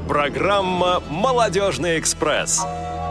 Программа «Молодежный экспресс».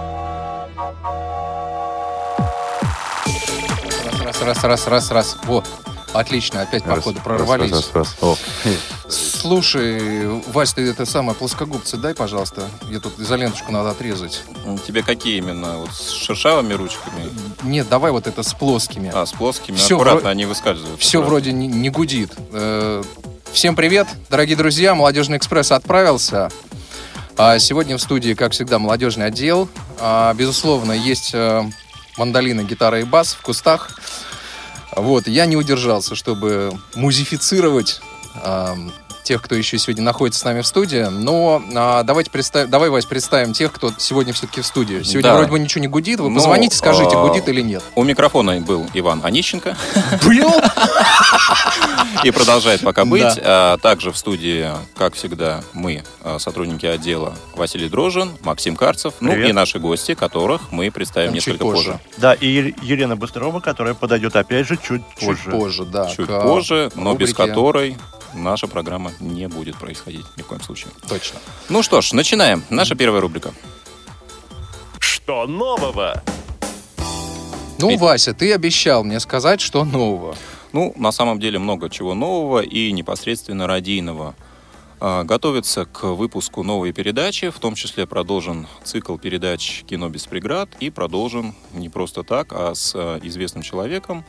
Раз. Во, отлично, опять, походу, прорвались. О. Слушай, Вась, ты это самое, плоскогубцы дай, пожалуйста. Мне тут изоленточку надо отрезать. Тебе какие именно? Вот с шершавыми ручками? Нет, давай вот это с плоскими. С плоскими? Всё аккуратно, они выскальзывают. Все вроде не гудит. Всем привет, дорогие друзья. «Молодежный экспресс» отправился. Сегодня в студии, как всегда, молодежный отдел. Безусловно, есть мандолина, гитара и бас в кустах. Вот, я не удержался, чтобы музифицировать тех, кто еще сегодня находится с нами в студии. Но давай, Вась, представим тех, кто сегодня все-таки в студии. Сегодня вроде бы ничего не гудит. Вы позвоните, скажите, гудит или нет. У микрофона был Иван Онищенко. Был? И продолжает пока быть. Также в студии, как всегда, мы, сотрудники отдела, Василий Дрожжин, Максим Карцев, и наши гости, которых мы представим несколько позже. Да, и Елена Быстрова, которая подойдет опять же чуть позже. Чуть позже, но без которой наша программа не будет происходить ни в коем случае. Точно. Ну что ж, начинаем. Наша первая рубрика. Что нового? Вася, ты обещал мне сказать, что нового. На самом деле много чего нового и непосредственно радийного. Готовится к выпуску новой передачи, в том числе продолжен цикл передач «Кино без преград» и продолжен не просто так, а с известным человеком,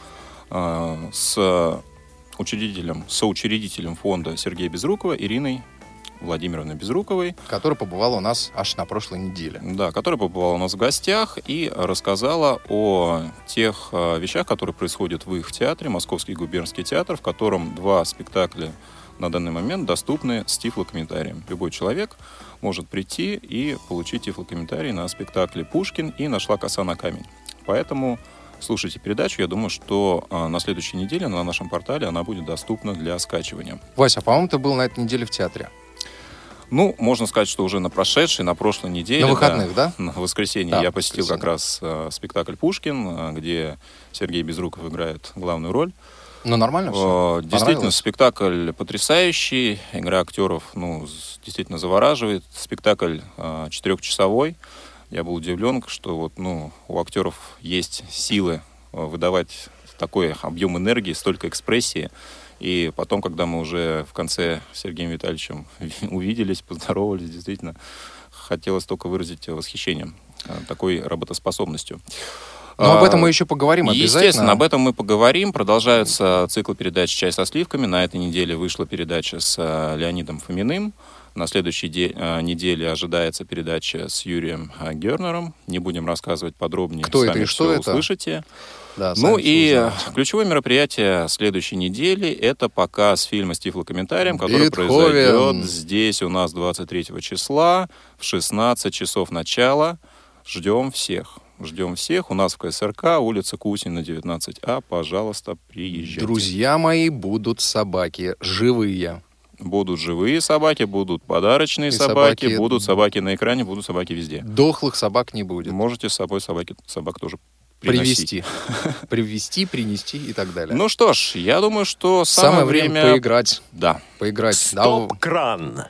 с соучредителем фонда Сергея Безрукова Ириной Владимировной Безруковой. Которая побывала у нас аж на прошлой неделе. Да, которая побывала у нас в гостях и рассказала о тех вещах, которые происходят в их театре, Московский губернский театр, в котором 2 спектакля на данный момент доступны с тифлокомментарием. Любой человек может прийти и получить тифлокомментарий на спектакле «Пушкин» и «Нашла коса на камень». Поэтому слушайте передачу. Я думаю, что на следующей неделе на нашем портале она будет доступна для скачивания. Вася, по-моему, ты был на этой неделе в театре. Можно сказать, что уже на прошлой неделе. На выходных, да? На воскресенье я посетил как раз спектакль «Пушкин», где Сергей Безруков играет главную роль. Нормально все? Действительно, спектакль потрясающий. Игра актеров, действительно завораживает. Спектакль 4-часовой. Я был удивлен, что у актеров есть силы выдавать такой объем энергии, столько экспрессии. И потом, когда мы уже в конце с Сергеем Витальевичем увиделись, поздоровались, действительно, хотелось только выразить восхищение такой работоспособностью. Об этом мы еще поговорим обязательно. Естественно, об этом мы поговорим. Продолжается цикл передач «Чай со сливками». На этой неделе вышла передача с Леонидом Фоминым. На следующей неделе ожидается передача с Юрием Гернером. Не будем рассказывать подробнее. Кто сами это и что это? Услышите. Да, ключевое мероприятие следующей недели — это показ фильма с тифлокомментарием, который произойдет здесь у нас 23 числа в 16 часов начала. Ждем всех. У нас в КСРК, улица Кусина, 19А. Пожалуйста, приезжайте. Друзья мои, будут собаки живые. Будут живые собаки, будут подарочные собаки, будут собаки на экране, будут собаки везде. Дохлых собак не будет. Можете с собой собак тоже привезти. Привезти, принести и так далее. Ну что ж, я думаю, что самое время поиграть. Да. Поиграть. Стоп-кран.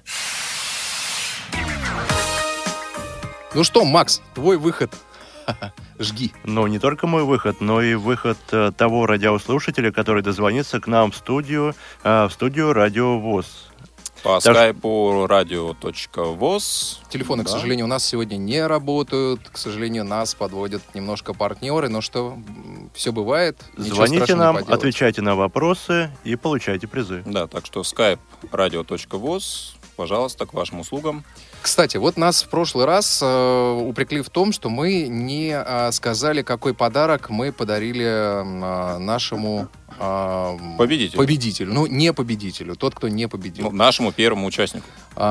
Ну что, Макс, твой выход. Жги. Не только мой выход, но и выход того радиослушателя, который дозвонится к нам в студию Радио ВОС. По скайпу radio.voz. Телефоны, к сожалению, у нас сегодня не работают. К сожалению, нас подводят немножко партнеры. Но что, все бывает. Звоните нам, отвечайте на вопросы и получайте призы. Да, так что skype radio.voz, пожалуйста, к вашим услугам. Кстати, вот нас в прошлый раз упрекли в том, что мы не сказали, какой подарок мы подарили нашему победителю. Не победителю, тот, кто не победил. Нашему первому участнику.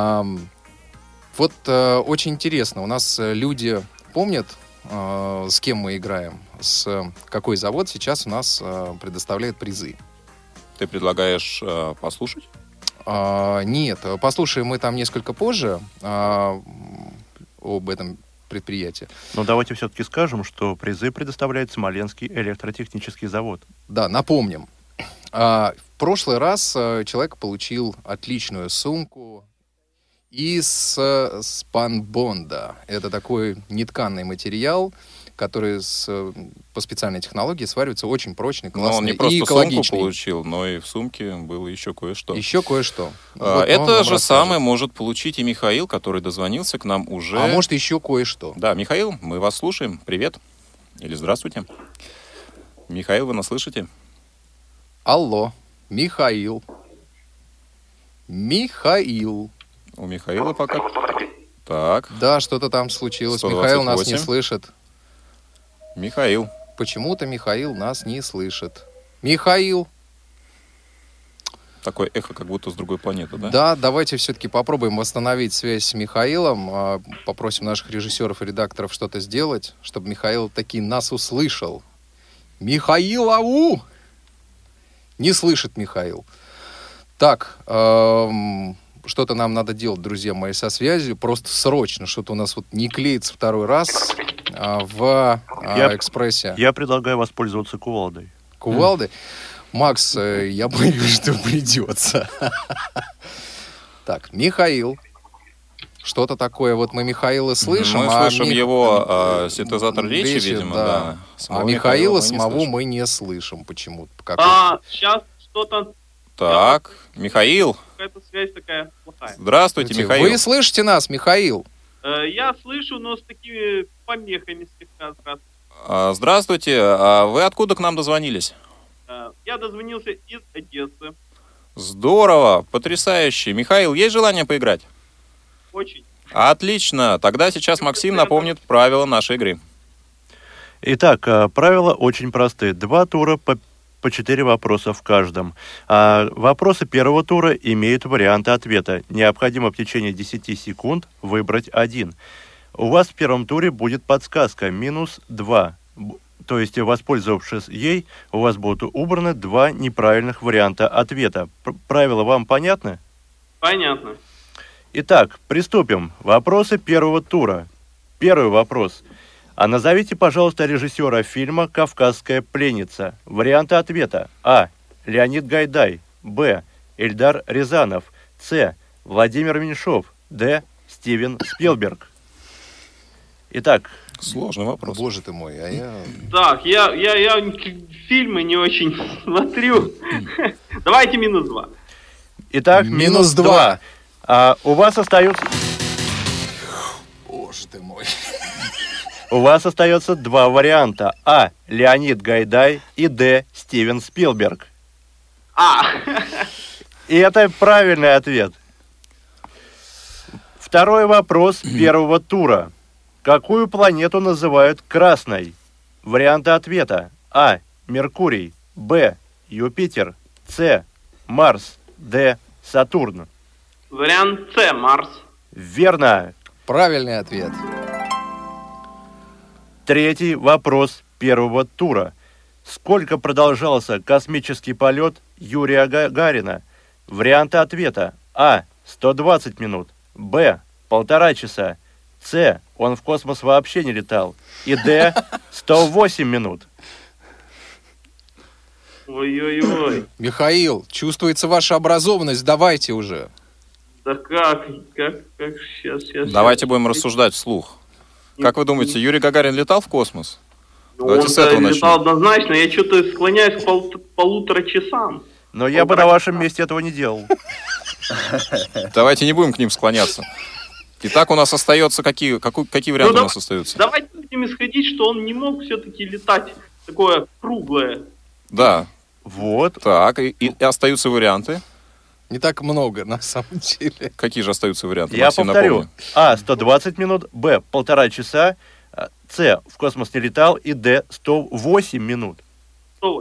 Очень интересно. У нас люди помнят, с кем мы играем, с какой завод сейчас у нас предоставляет призы. Ты предлагаешь послушать? Нет, послушаем мы там несколько позже об этом предприятии. Но давайте все-таки скажем, что призы предоставляет Смоленский электротехнический завод. Да, напомним. В прошлый раз человек получил отличную сумку из спанбонда. Это такой нетканный материал, который по специальной технологии сваривается очень прочный, Но он классный не и просто сумку экологичный. получил, но и в сумке было еще кое-что. Еще кое-что. Вот он Это вам же расскажет. самое может получить и Михаил, который дозвонился к нам уже. А может, еще кое-что. Да, Михаил, мы вас слушаем. Привет. Или здравствуйте. Михаил, вы нас слышите? Алло, Михаил. Михаил. У Михаила пока... Так, Да, что-то там случилось. 128. Михаил нас не слышит. Михаил. Почему-то Михаил нас не слышит. Михаил. Такое эхо, как будто с другой планеты, да? Да, давайте все-таки попробуем восстановить связь с Михаилом. Попросим наших режиссеров и редакторов что-то сделать, чтобы Михаил таки нас услышал. Михаил, ау! Не слышит Михаил. Так, что-то нам надо делать, друзья мои, со связью. Просто срочно. Что-то у нас вот не клеится второй раз в экспрессе. Я предлагаю воспользоваться кувалдой. Кувалды? Макс, я боюсь, что придется. Так, Михаил. Что-то такое. Вот мы Михаила слышим. Мы слышим его синтезатор речи, видимо, да. А Михаила самого слышим. мы не слышим почему-то. Сейчас что-то, Так, Михаил. какая-то связь такая плохая. Здравствуйте, Михаил. Вы слышите нас, Михаил? Я слышу, но с такими помехами слегка. Здравствуйте. А вы откуда к нам дозвонились? Я дозвонился из Одессы. Здорово, потрясающе. Михаил, есть желание поиграть? Очень. Отлично. Тогда сейчас Максим напомнит правила нашей игры. Итак, правила очень простые. 2 тура по 4 вопроса в каждом. Вопросы первого тура имеют варианты ответа. Необходимо в течение 10 секунд выбрать один. У вас в первом туре будет подсказка -2. То есть, воспользовавшись ей, у вас будут убраны 2 неправильных варианта ответа. Правила вам понятны? Понятно. Итак, приступим. Вопросы первого тура. Первый вопрос. Назовите, пожалуйста, режиссера фильма «Кавказская пленница». Варианты ответа. А. Леонид Гайдай. Б. Эльдар Рязанов. С. Владимир Меньшов. Д. Стивен Спилберг. Итак, Сложный вопрос. Боже ты мой, а я... Так, я фильмы не очень смотрю. Давайте -2. итак, -2. У вас остается... Боже ты мой. У вас остается 2 варианта. А. Леонид Гайдай и Д. Стивен Спилберг. И это правильный ответ. Второй вопрос первого тура. Какую планету называют красной? Варианты ответа. А. Меркурий. Б. Юпитер. С. Марс. Д. Сатурн. Вариант С, Марс. Верно. Правильный ответ. Третий вопрос первого тура. Сколько продолжался космический полет Юрия Гагарина? Варианты ответа. А. 120 минут. Б. 1,5 часа. С. Он в космос вообще не летал. И Д. 108 минут. Ой-ой-ой. Михаил, чувствуется ваша образованность, давайте уже. Да как сейчас. Давайте будем рассуждать вслух. Как вы думаете, Юрий Гагарин летал в космос? Давайте Он с этого начнем. летал однозначно, я что-то склоняюсь к 1,5 часам. Но я бы на вашем месте этого не делал. Давайте не будем к ним склоняться. Итак, у нас остается... Какие варианты у нас остаются? Давайте будем исходить, что он не мог все-таки летать такое круглое. Да. Вот. Так, и остаются варианты. Не так много, на самом деле. Какие же остаются варианты? Я Максим, повторю. напомни. А. 120 минут. Б. 1,5 часа. С. В космос не летал. И Д. 108 минут. 108.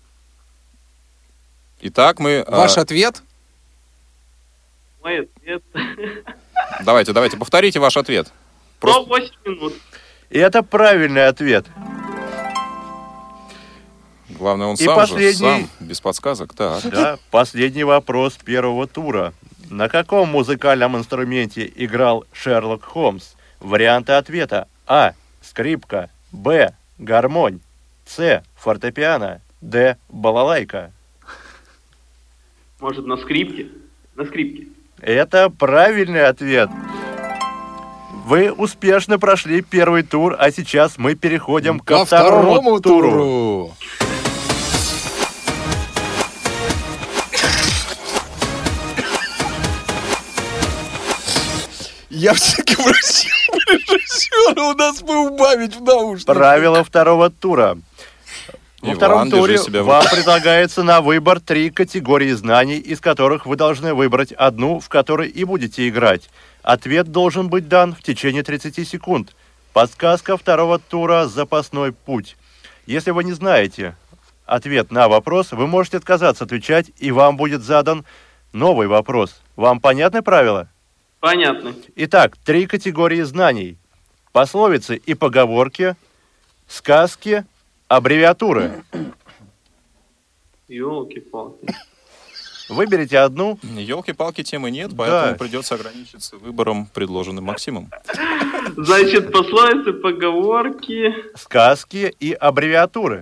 Итак, мы... Ваш ответ? Мой ответ. Давайте, повторите ваш ответ. 108 минут. И это правильный ответ. Главное, он И сам последний- же, без подсказок. Так. Да, последний вопрос первого тура. На каком музыкальном инструменте играл Шерлок Холмс? Варианты ответа. А. Скрипка. Б. Гармонь. С. Фортепиано. Д. Балалайка. Может, на скрипке? На скрипке. Это правильный ответ. Вы успешно прошли первый тур, а сейчас мы переходим ко второму туру. Я все-таки просил режиссера у нас поубавить в наушниках. Правила второго тура. Во втором туре вам предлагается на выбор 3 категории знаний, из которых вы должны выбрать одну, в которой и будете играть. Ответ должен быть дан в течение 30 секунд. Подсказка второго тура «Запасной путь». Если вы не знаете ответ на вопрос, вы можете отказаться отвечать, и вам будет задан новый вопрос. Вам понятны правила? Понятно. Итак, 3 категории знаний. Пословицы и поговорки, сказки, аббревиатуры. Ёлки-палки. Выберите одну. Елки-палки темы нет, поэтому придется ограничиться выбором, предложенным Максимом. Значит, пословицы, поговорки. Сказки и аббревиатуры.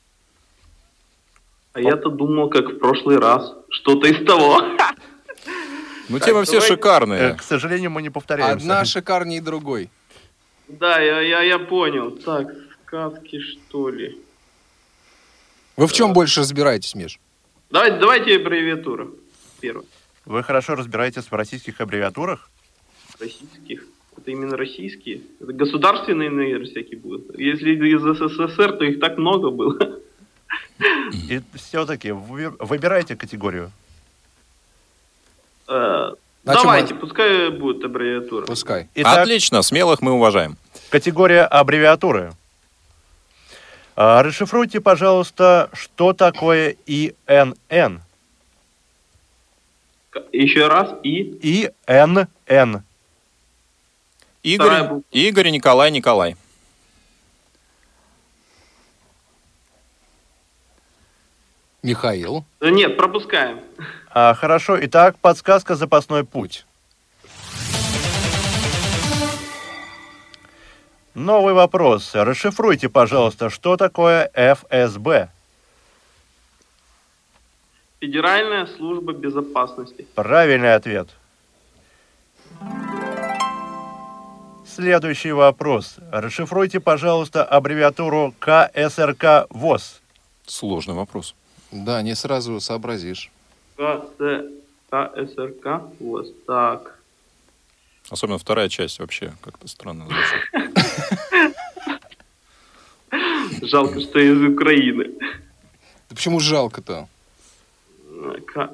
А я-то думал, как в прошлый раз. Что-то из того. Ну, темы все шикарные. К сожалению, мы не повторяемся. Одна шикарнее другой. Да, я понял. Так, сказки, что ли. Вы в чем больше разбираетесь, Миш? Давайте аббревиатуру. Первую. Вы хорошо разбираетесь в российских аббревиатурах? Российских? Это именно российские? Это государственные, наверное, всякие будут. Если из СССР, то их так много было. И все-таки выбирайте категорию. Давайте, пускай будет аббревиатура. Пускай. Итак, Отлично, смелых мы уважаем. категория аббревиатуры. Расшифруйте, пожалуйста, что такое ИНН. Еще раз. ИНН. Игорь, Николай. Михаил. Нет, пропускаем. Хорошо, итак, подсказка «Запасной путь». Новый вопрос. Расшифруйте, пожалуйста, что такое ФСБ. Федеральная служба безопасности. Правильный ответ. Следующий вопрос. Расшифруйте, пожалуйста, аббревиатуру КСРК ВОС. Сложный вопрос. Да, не сразу сообразишь. КСРК ВОС. Так. Особенно вторая часть вообще как-то странно звучит. Жалко, что из Украины. Да почему жалко-то? КСРК.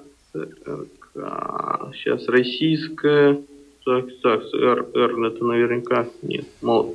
Сейчас российская. Так, Р, это наверняка нет. Мол.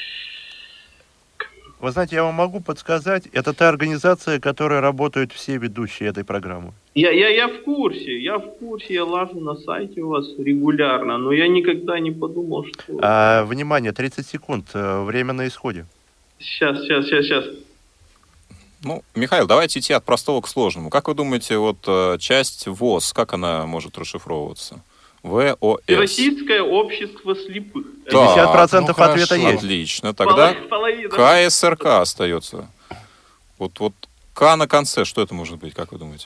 Вы знаете, я вам могу подсказать, это та организация, которая работают все ведущие этой программы. Я в курсе, я лажу на сайте у вас регулярно, но я никогда не подумал, что... Внимание, 30 секунд, время на исходе. Сейчас. Ну, Михаил, давайте идти от простого к сложному. Как вы думаете, вот часть ВОС, как она может расшифровываться? ВОС. Российское общество слепых. 50% ответа есть. Отлично. Тогда КСРК остается. Вот К на конце, что это может быть, как вы думаете?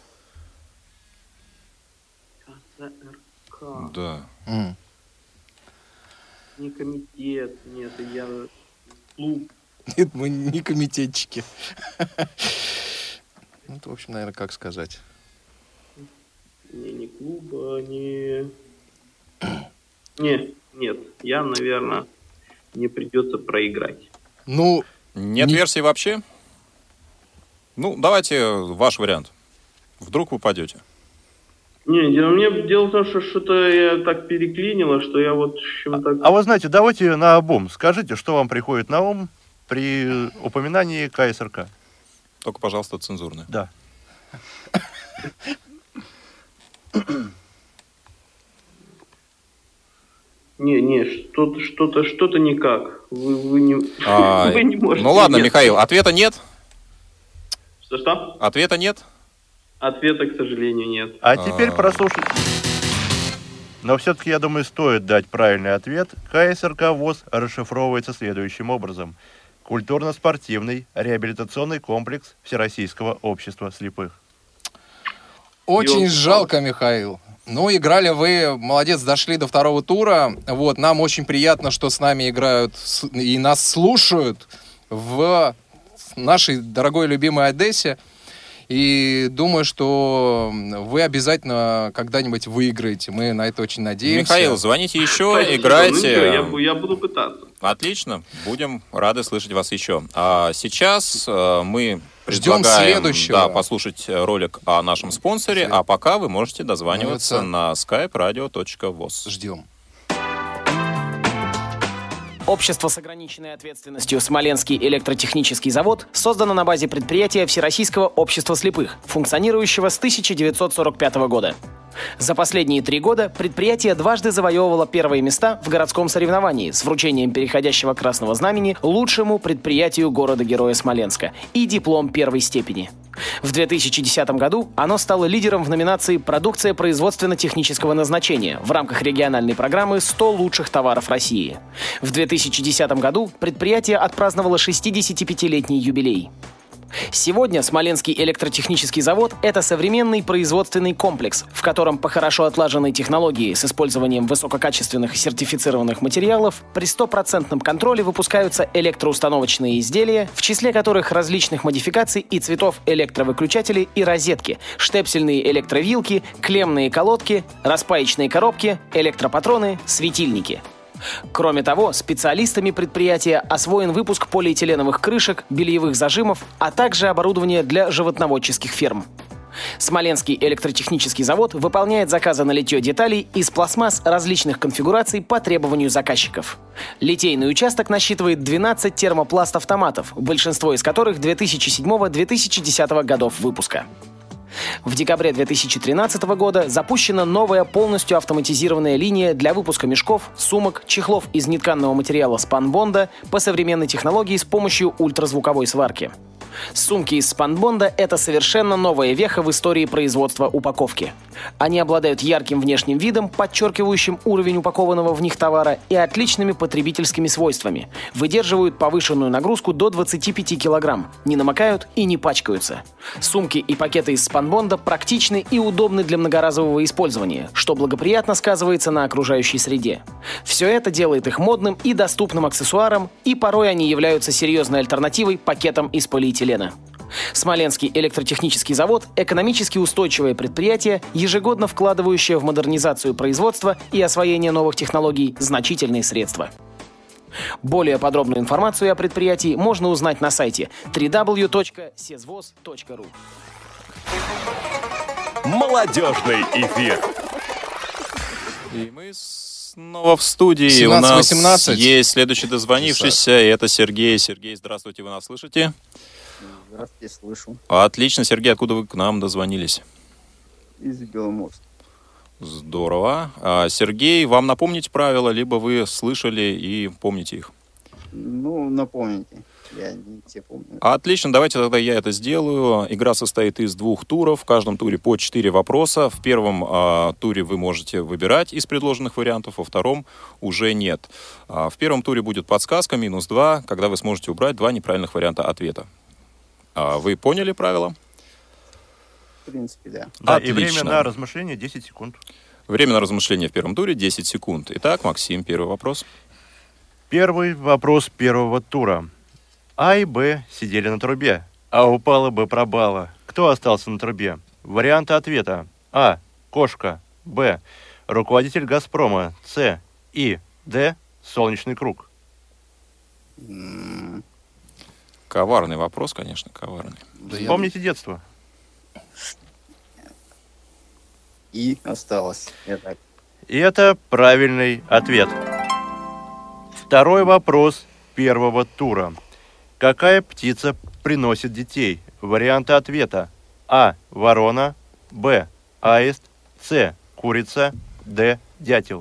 КСРК. Да. Не комитет, нет, я клуб. Нет, мы не комитетчики. Ну, это, в общем, наверное, как сказать. Не клуба, не... Нет, я, наверное, мне придется проиграть. Ну, нет версии вообще? Ну, давайте ваш вариант. Вдруг вы упадете. Не, дело в том, что что-то я так переклинило, что я вот... так... А вы знаете, давайте наобум. Скажите, что вам приходит на ум при упоминании КСРК. Только, пожалуйста, цензурно. Да. Не, что-то никак. Вы не можете. Ну ладно, Михаил, ответа нет? Что? Ответа нет? Ответа, к сожалению, нет. А теперь прослушайте. Но все-таки, я думаю, стоит дать правильный ответ. КСРК ВОС расшифровывается следующим образом. Культурно-спортивный реабилитационный комплекс Всероссийского общества слепых. Очень жалко, Михаил. Ну, играли вы, молодец, дошли до второго тура. Вот, нам очень приятно, что с нами играют и нас слушают в нашей дорогой любимой Одессе. И думаю, что вы обязательно когда-нибудь выиграете. Мы на это очень надеемся. Михаил, звоните еще, Спасибо. играйте. Ну, я буду пытаться. Отлично, будем рады слышать вас еще. А сейчас мы Ждем предлагаем следующего. послушать ролик о нашем спонсоре, а пока вы можете дозваниваться на skype-radio.voz. Ждем. Общество с ограниченной ответственностью «Смоленский электротехнический завод» создано на базе предприятия Всероссийского общества слепых, функционирующего с 1945 года. За последние 3 года предприятие дважды завоевывало первые места в городском соревновании с вручением переходящего красного знамени лучшему предприятию города-героя Смоленска и диплом первой степени. В 2010 году оно стало лидером в номинации «Продукция производственно-технического назначения» в рамках региональной программы «100 лучших товаров России». В 2010 году предприятие отпраздновало 65-летний юбилей. Сегодня Смоленский электротехнический завод – это современный производственный комплекс, в котором по хорошо отлаженной технологии с использованием высококачественных сертифицированных материалов при 100% контроле выпускаются электроустановочные изделия, в числе которых различных модификаций и цветов электровыключатели и розетки, штепсельные электровилки, клеммные колодки, распаечные коробки, электропатроны, светильники. Кроме того, специалистами предприятия освоен выпуск полиэтиленовых крышек, бельевых зажимов, а также оборудование для животноводческих ферм. Смоленский электротехнический завод выполняет заказы на литье деталей из пластмасс различных конфигураций по требованию заказчиков. Литейный участок насчитывает 12 термопласт-автоматов, большинство из которых 2007-2010 годов выпуска. В декабре 2013 года запущена новая полностью автоматизированная линия для выпуска мешков, сумок, чехлов из нетканного материала спанбонда по современной технологии с помощью ультразвуковой сварки. Сумки из спанбонда – это совершенно новая веха в истории производства упаковки. Они обладают ярким внешним видом, подчеркивающим уровень упакованного в них товара, и отличными потребительскими свойствами. Выдерживают повышенную нагрузку до 25 кг, не намокают и не пачкаются. Сумки и пакеты из спанбонда практичны и удобны для многоразового использования, что благоприятно сказывается на окружающей среде. Все это делает их модным и доступным аксессуаром, и порой они являются серьезной альтернативой пакетам из полиэтилена. Смоленский электротехнический завод – экономически устойчивое предприятие, ежегодно вкладывающее в модернизацию производства и освоение новых технологий значительные средства. Более подробную информацию о предприятии можно узнать на сайте www.sezvoz.ru. Молодежный эфир. И мы снова в студии. У нас 17-18. есть следующий дозвонившийся, и это Сергей. Сергей, здравствуйте, вы нас слышите? Здравствуйте, слышу. Отлично, Сергей, откуда вы к нам дозвонились? Из Беломорска. Здорово. Сергей, вам напомнить правила, либо вы слышали и помните их? Ну, напомните. Я не те помню. Отлично, давайте тогда я это сделаю. Игра состоит из 2 туров. В каждом туре по 4 вопроса. В первом туре вы можете выбирать из предложенных вариантов, во втором уже нет. В первом туре будет подсказка -2, когда вы сможете убрать 2 неправильных варианта ответа. Вы поняли правила? В принципе, да. Да, Отлично. и время на размышление 10 секунд. Время на размышление в первом туре 10 секунд. Итак, Максим, первый вопрос. Первый вопрос первого тура. А и Б сидели на трубе, а упала Б пропала. Кто остался на трубе? Варианты ответа. А. Кошка. Б. Руководитель «Газпрома». С. И. Д. Солнечный круг. Коварный вопрос, конечно, коварный. Вспомните детство. И осталось. И это правильный ответ. Второй вопрос первого тура. Какая птица приносит детей? Варианты ответа. А. Ворона. Б. Аист. С. Курица. Д. Дятел.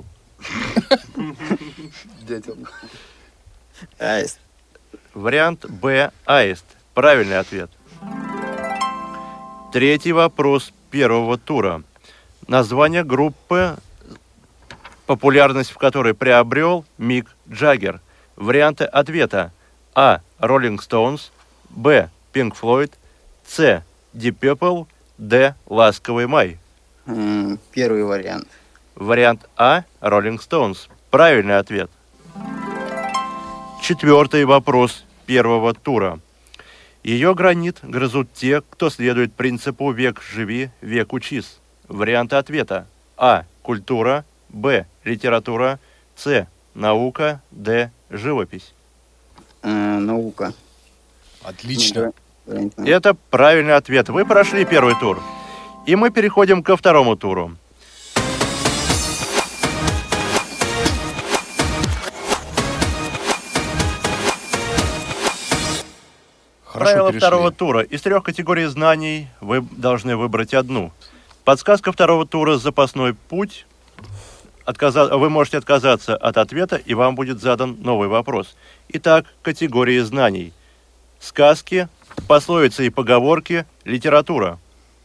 Дятел. Аист. Вариант Б. Аист. Правильный ответ. Третий вопрос первого тура. Название группы, популярность в которой приобрел Мик Джаггер. Варианты ответа. А. Rolling Stones. Б. Pink Floyd. С. Deep Purple. Д. Ласковый май. Первый вариант. Вариант А – Rolling Stones. Правильный ответ. 4-й вопрос первого тура. Ее гранит грызут те, кто следует принципу «век живи, век учись». Варианты ответа. А. Культура. Б. Литература. С. Наука. Д. Живопись. Наука. Отлично. Вариант наука. Это правильный ответ. Вы прошли первый тур. И мы переходим ко второму туру. Хорошо Правила перешли. второго тура. Из 3 категорий знаний вы должны выбрать одну. Подсказка второго тура «Запасной путь». Вы можете отказаться от ответа, и вам будет задан новый вопрос. Итак, категории знаний. Сказки, пословицы и поговорки, литература.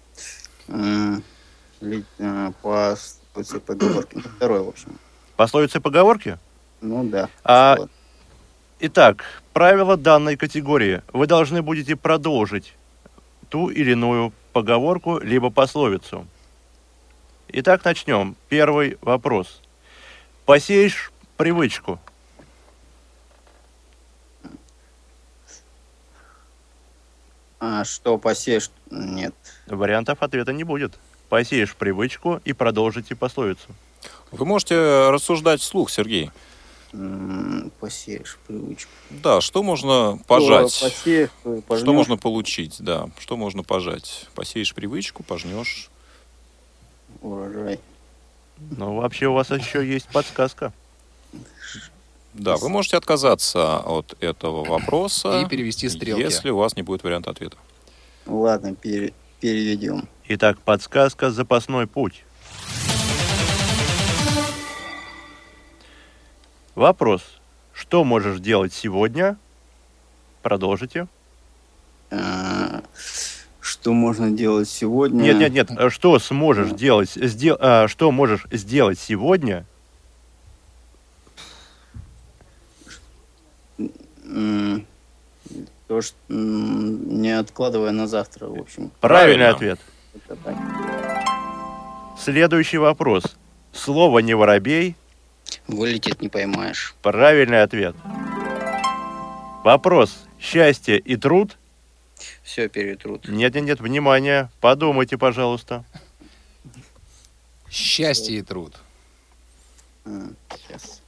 По поговорке. Второй, в общем. Пословицы и поговорки? Ну да. Вот. Итак, правила данной категории. Вы должны будете продолжить ту или иную поговорку, либо пословицу. Итак, начнем. Первый вопрос. Посеешь привычку. Что посеешь? Нет. Вариантов ответа не будет. Посеешь привычку и продолжите пословицу. Вы можете рассуждать вслух, Сергей. Посеешь привычку. Да, что можно пожать? Посеешь, Что пожнешь. можно получить, да. Что можно пожать? Посеешь привычку, пожнешь. Урожай. Ну, вообще у вас еще есть подсказка. Да, вы можете отказаться от этого вопроса. И перевести стрелки. Если у вас не будет варианта ответа. Ладно, переведем. Итак, подсказка «Запасной путь». Вопрос. Что можешь делать сегодня? Продолжите. Что можно делать сегодня? Нет. Что сможешь делать? Что можешь сделать сегодня? То, что не откладывая на завтра, в общем. Правильный Правильно. ответ. Это так. Следующий вопрос. Слово «не воробей». Вылетит, не поймаешь. Правильный ответ. Вопрос. Счастье и труд? Все перетрут. Нет, внимание. Подумайте, пожалуйста. Счастье и труд. Сейчас.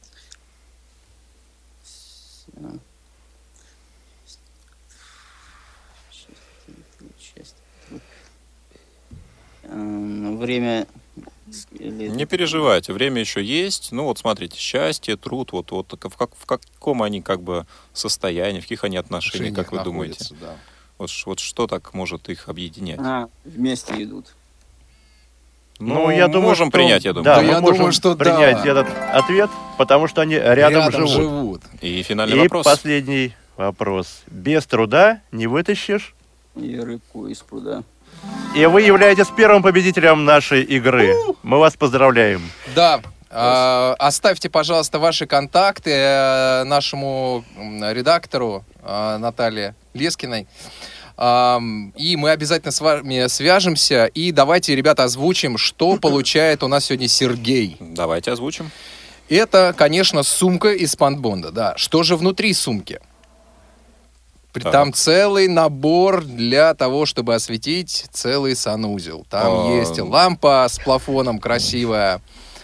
Время... Не переживайте, время еще есть. Ну вот смотрите, счастье, труд, вот в каком они как бы состоянии, в каких они отношениях, как вы думаете? находятся, да. Вот что так может их объединять? Вместе идут. Ну, я думаю, можем что- принять, я думаю. Да, Да, мы я можем думаю, что да. принять этот ответ, потому что они рядом живут. И финальный И вопрос. последний вопрос. Без труда не вытащишь. И рыбку из пруда. И вы являетесь первым победителем нашей игры. Мы вас поздравляем. Да. Оставьте, пожалуйста, ваши контакты нашему редактору Наталье Лескиной. И мы обязательно с вами свяжемся. И давайте, ребята, озвучим, что получает у нас сегодня Сергей. Давайте озвучим. Это, конечно, сумка из спанбонда. Да. Что же внутри сумки? Там целый набор для того, чтобы осветить целый санузел. Там есть лампа с плафоном красивая,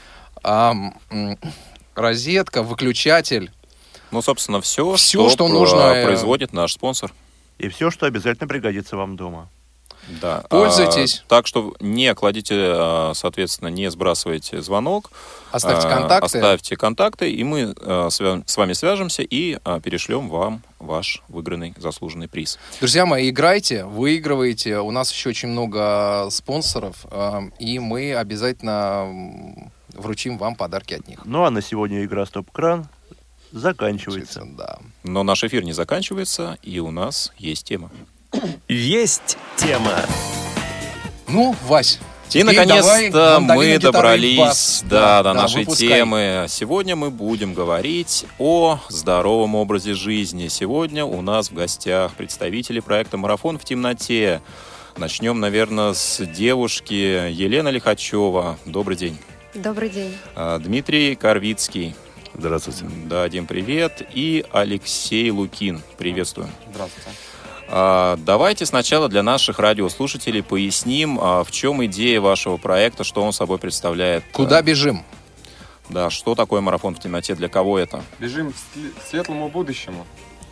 розетка, выключатель. Ну, собственно, все, Всё, что нужно, производит наш спонсор. И все, что обязательно пригодится вам дома. Да. Пользуйтесь. Так что не кладите, соответственно, не сбрасывайте звонок. Оставьте контакты. Оставьте контакты, и мы с вами свяжемся и перешлем вам ваш выигранный заслуженный приз. Друзья мои, играйте, выигрывайте. У нас еще очень много спонсоров, и мы обязательно вручим вам подарки от них. Ну а на сегодня игра «Стоп-кран» заканчивается. Да. Но наш эфир не заканчивается, и у нас есть тема. Есть тема. Ну, Вась. И, теперь наконец-то, давай мандолину, мы гитару и добрались бас. до нашей выпускай. темы. Сегодня мы будем говорить о здоровом образе жизни. Сегодня у нас в гостях представители проекта «Марафон в темноте». Начнем, наверное, с девушки Елена Лихачева. Добрый день. Добрый день. Дмитрий Корвицкий. Здравствуйте. Да, Дим, привет. И Алексей Лукин. Приветствуем. Здравствуйте. Давайте сначала для наших радиослушателей поясним, в чем идея вашего проекта, что он собой представляет. Куда бежим? Да, что такое марафон в темноте, для кого это? Бежим к светлому будущему.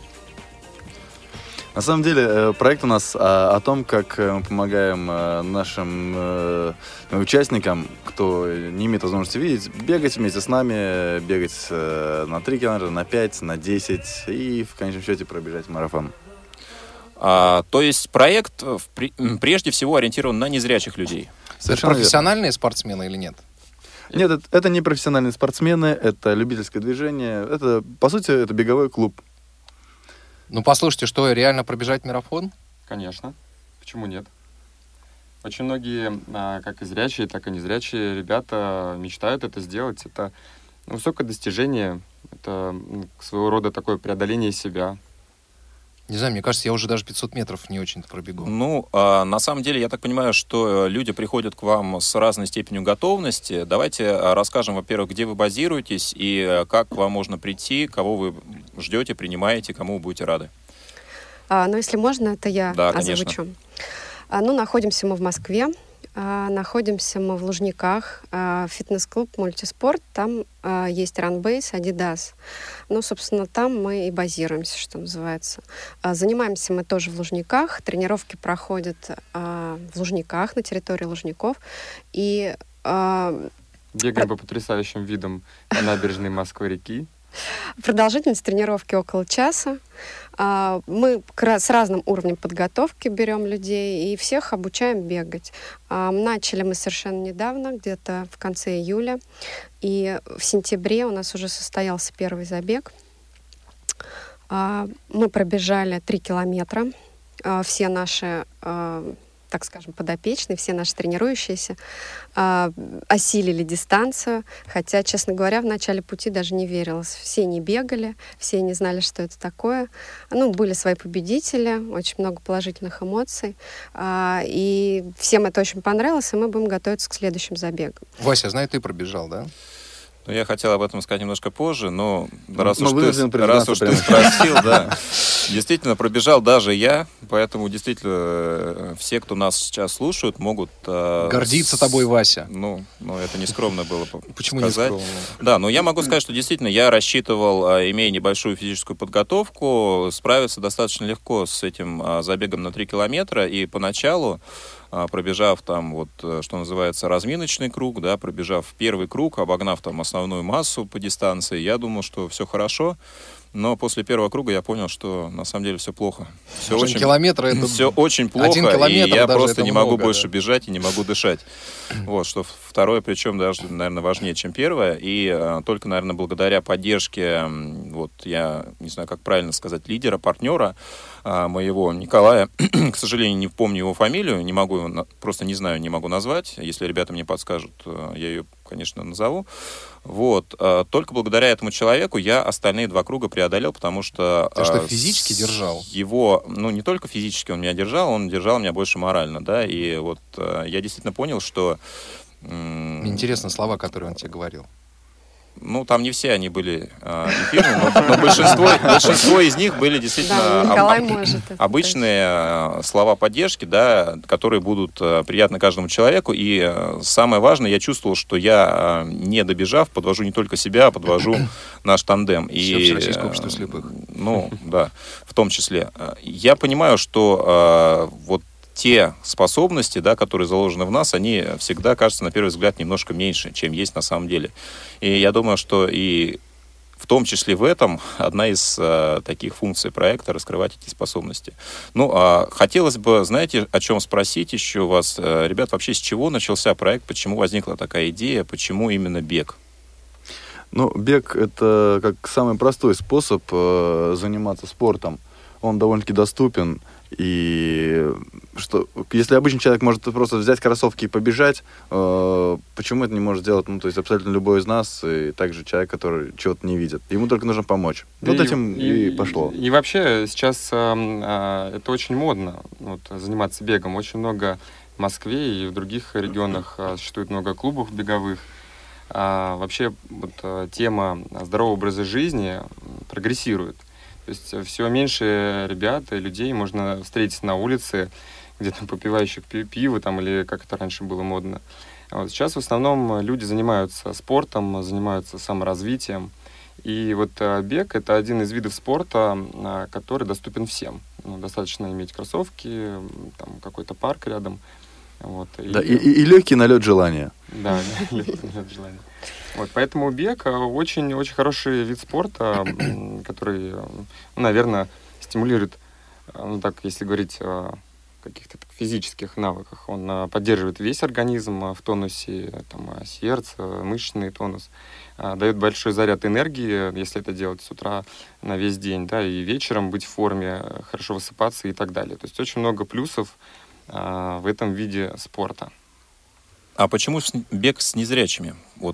На самом деле, проект у нас о том, как мы помогаем нашим участникам, кто не имеет возможности видеть, бегать вместе с нами, бегать на 3 километра, на 5, на 10 и в конечном счете пробежать марафон. То есть проект прежде всего ориентирован на незрячих людей? Это профессиональные спортсмены или нет? Нет, это не профессиональные спортсмены, это любительское движение, это, по сути, это беговой клуб. Ну, послушайте, что, реально пробежать марафон? Конечно. Почему нет? Очень многие, как и зрячие, так и незрячие ребята мечтают это сделать. Это высокое достижение, это своего рода такое преодоление себя. Не знаю, мне кажется, я уже даже 500 метров не очень-то пробегу. Ну, на самом деле, я так понимаю, что люди приходят к вам с разной степенью готовности. Давайте расскажем, во-первых, где вы базируетесь и как к вам можно прийти, кого вы ждете, принимаете, кому вы будете рады. Ну, если можно, это я озвучу. Находимся мы в Москве. Находимся мы в Лужниках, фитнес-клуб «Мультиспорт», там есть Runbase, Adidas. Собственно, там мы и базируемся, что называется. Занимаемся мы тоже в Лужниках, тренировки проходят в Лужниках, на территории Лужников. И бегаем по потрясающим видам по набережной Москвы-реки. Продолжительность тренировки около часа. Мы с разным уровнем подготовки берем людей и всех обучаем бегать. Начали мы совершенно недавно, где-то в конце июля. И в сентябре у нас уже состоялся первый забег. Мы пробежали 3 километра. Все наши, так скажем, подопечные, все наши тренирующиеся осилили дистанцию, хотя, честно говоря, в начале пути даже не верилось. Все не бегали, все не знали, что это такое. Были свои победители, очень много положительных эмоций, и всем это очень понравилось, и мы будем готовиться к следующим забегам. Вася, знаю, ты пробежал, да? Я хотел об этом сказать немножко позже, но раз уж ты спросил, да. Действительно, пробежал даже я, поэтому действительно все, кто нас сейчас слушают, могут... гордиться тобой, Вася. Это не скромно было Почему сказать. Не скромно? Да, но я могу сказать, что действительно я рассчитывал, имея небольшую физическую подготовку, справиться достаточно легко с этим забегом на 3 километра, и поначалу, пробежав там что называется, разминочный круг, да, пробежав первый круг, обогнав там основную массу по дистанции, я думал, что все хорошо. Но после первого круга я понял, что на самом деле все плохо. Все очень плохо, и я просто не могу больше бежать и не могу дышать. Что второе, причем даже, наверное, важнее, чем первое. И только, наверное, благодаря поддержке, я не знаю, как правильно сказать, лидера, партнера моего, Николая, к сожалению, не помню его фамилию, не могу, просто не знаю, не могу назвать. Если ребята мне подскажут, я ее, конечно, назову. Только благодаря этому человеку я остальные 2 круга преодолел, потому что... Ты что, физически держал? Его, не только физически он меня держал, он держал меня больше морально, да, и я действительно понял, что... Мне интересны слова, которые он тебе говорил. Там не все они были эфирные, но большинство из них были действительно обычные слова поддержки, да, которые будут приятны каждому человеку. И самое важное, я чувствовал, что я, не добежав, подвожу не только себя, а подвожу наш тандем. И Всероссийское общество слепых. Да, в том числе. Я понимаю, что те способности, да, которые заложены в нас, они всегда кажутся, на первый взгляд, немножко меньше, чем есть на самом деле. И я думаю, что и в том числе в этом одна из таких функций проекта — раскрывать эти способности. Хотелось бы, знаете, о чем спросить еще вас? Ребят, вообще с чего начался проект? Почему возникла такая идея? Почему именно бег? Бег — это как самый простой способ заниматься спортом. Он довольно-таки доступен. И что, если обычный человек может просто взять кроссовки и побежать, почему это не может сделать, ну, то есть абсолютно любой из нас, и также человек, который чего-то не видит. Ему только нужно помочь. Да, вот этим и пошло. И вообще сейчас это очень модно, вот, заниматься бегом. Очень много в Москве и в других регионах существует много клубов беговых. Вообще вот, тема здорового образа жизни прогрессирует. То есть все меньше ребят и людей можно встретить на улице, где-то попивающих пиво там, или как это раньше было модно. Вот сейчас в основном люди занимаются спортом, занимаются саморазвитием. И вот бег — это один из видов спорта, который доступен всем. Ну, достаточно иметь кроссовки, там, какой-то парк рядом. Вот, да, и легкий налет желания. Да, легкий налет желания. Вот, поэтому бег очень-очень хороший вид спорта, который, ну, наверное, стимулирует, ну, так, если говорить о каких-то физических навыках, он поддерживает весь организм в тонусе, там, сердце, мышечный тонус, дает большой заряд энергии, если это делать с утра на весь день, да, и вечером быть в форме, хорошо высыпаться и так далее. То есть очень много плюсов в этом виде спорта. А почему бег с незрячими? Вот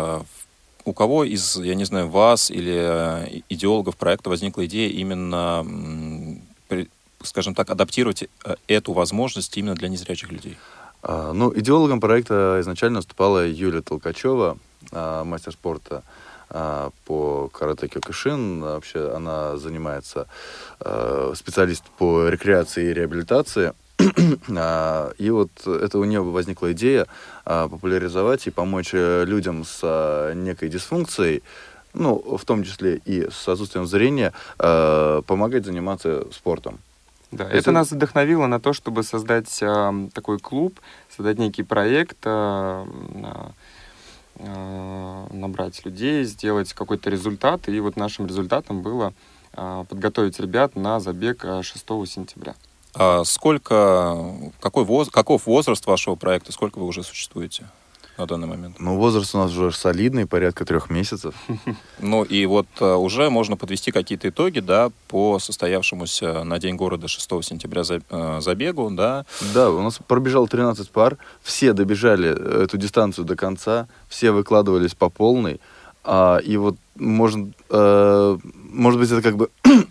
у кого из, я не знаю, вас или идеологов проекта возникла идея именно, скажем так, адаптировать эту возможность именно для незрячих людей? Ну, идеологом проекта изначально выступала Юлия Толкачева, мастер спорта по карате Кёкушин. Вообще она занимается, специалист по рекреации и реабилитации. И вот это у нее возникла идея популяризовать и помочь людям с некой дисфункцией, ну, в том числе и с отсутствием зрения, помогать заниматься спортом. Да, это нас вдохновило на то, чтобы создать такой клуб, создать некий проект, набрать людей, сделать какой-то результат. И вот нашим результатом было подготовить ребят на забег 6 сентября. А каков возраст вашего проекта? Сколько вы уже существуете на данный момент? Ну, возраст у нас уже солидный, порядка 3 месяцев. Ну, и вот уже можно подвести какие-то итоги, да, по состоявшемуся на День города 6 сентября забегу, да? Да, у нас пробежало 13 пар, все добежали эту дистанцию до конца, все выкладывались по полной. И вот, может быть, это как бы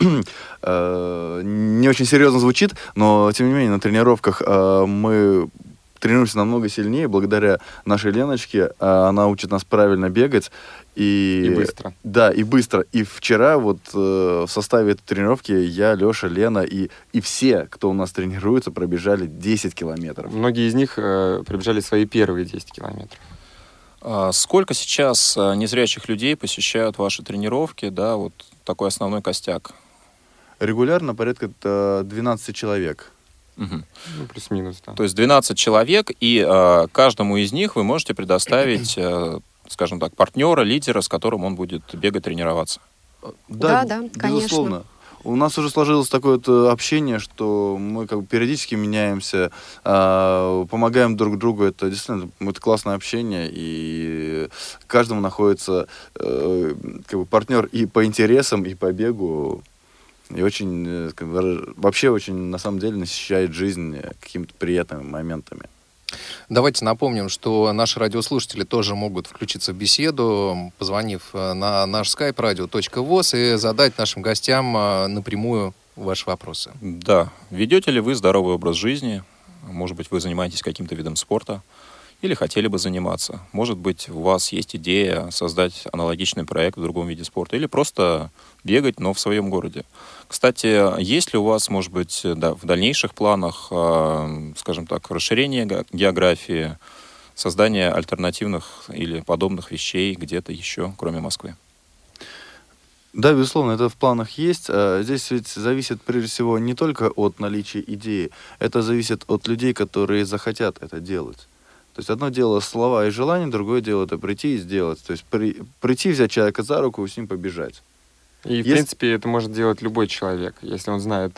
не очень серьезно звучит, но, тем не менее, на тренировках мы тренируемся намного сильнее благодаря нашей Леночке. Она учит нас правильно бегать. И быстро. Да, и быстро. И вчера вот в составе этой тренировки я, Леша, Лена и все, кто у нас тренируется, пробежали 10 километров. Многие из них пробежали свои первые 10 километров. Сколько сейчас незрячих людей посещают ваши тренировки, да, вот такой основной костяк? Регулярно порядка 12 человек. Угу. Ну, плюс-минус, да. То есть 12 человек, и каждому из них вы можете предоставить, скажем так, партнера, лидера, с которым он будет бегать, тренироваться. Да, конечно. Безусловно. У нас уже сложилось такое общение, что мы как бы периодически меняемся, помогаем друг другу. Это действительно это классное общение, и каждому находится как бы партнер и по интересам, и по бегу. И очень, вообще очень, на самом деле, насыщает жизнь какими-то приятными моментами. Давайте напомним, что наши радиослушатели тоже могут включиться в беседу, позвонив на наш skype radio.voz и задать нашим гостям напрямую ваши вопросы. Да. Ведете ли вы здоровый образ жизни? Может быть, вы занимаетесь каким-то видом спорта? Или хотели бы заниматься? Может быть, у вас есть идея создать аналогичный проект в другом виде спорта? Или просто бегать, но в своем городе? Кстати, есть ли у вас, может быть, да, в дальнейших планах, скажем так, расширение географии, создание альтернативных или подобных вещей где-то еще, кроме Москвы? Да, безусловно, это в планах есть. Здесь ведь зависит, прежде всего, не только от наличия идеи. Это зависит от людей, которые захотят это делать. То есть одно дело слова и желания, другое дело это прийти и сделать. То есть прийти, взять человека за руку и с ним побежать. И, в принципе, это может делать любой человек, если он знает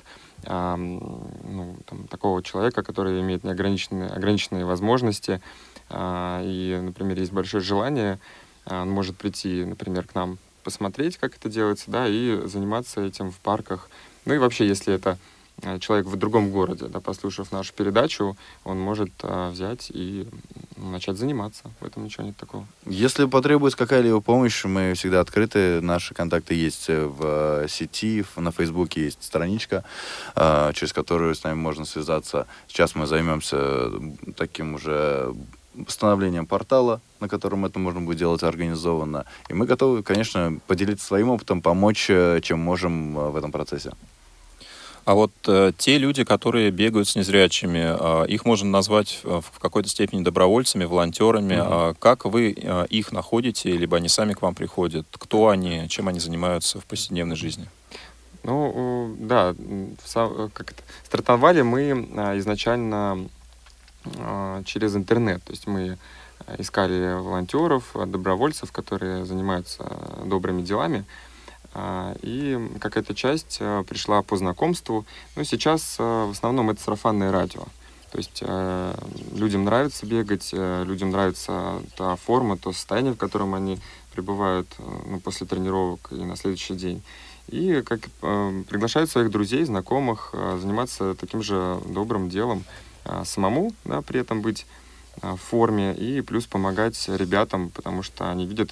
такого человека, который имеет ограниченные возможности, и, например, есть большое желание, он может прийти, например, к нам посмотреть, как это делается, да, и заниматься этим в парках. Ну и вообще, если это человек в другом городе, да, послушав нашу передачу, он может взять и начать заниматься. В этом ничего нет такого. Если потребуется какая-либо помощь, мы всегда открыты. Наши контакты есть в сети, на Фейсбуке есть страничка, через которую с нами можно связаться. Сейчас мы займемся таким уже восстановлением портала, на котором это можно будет делать организованно. И мы готовы, конечно, поделиться своим опытом, помочь, чем можем в этом процессе. А вот те люди, которые бегают с незрячими, их можно назвать в какой-то степени добровольцами, волонтерами. Как вы их находите, либо они сами к вам приходят? Кто они, чем они занимаются в повседневной жизни? Ну, да, стартовали мы изначально через интернет. То есть мы искали волонтеров, добровольцев, которые занимаются добрыми делами. И какая-то часть пришла по знакомству. Но сейчас в основном это сарафанное радио. То есть людям нравится бегать, людям нравится та форма, то состояние, в котором они пребывают после тренировок и на следующий день. И приглашают своих друзей, знакомых заниматься таким же добрым делом, самому, да, при этом быть в форме, и плюс помогать ребятам, потому что они видят,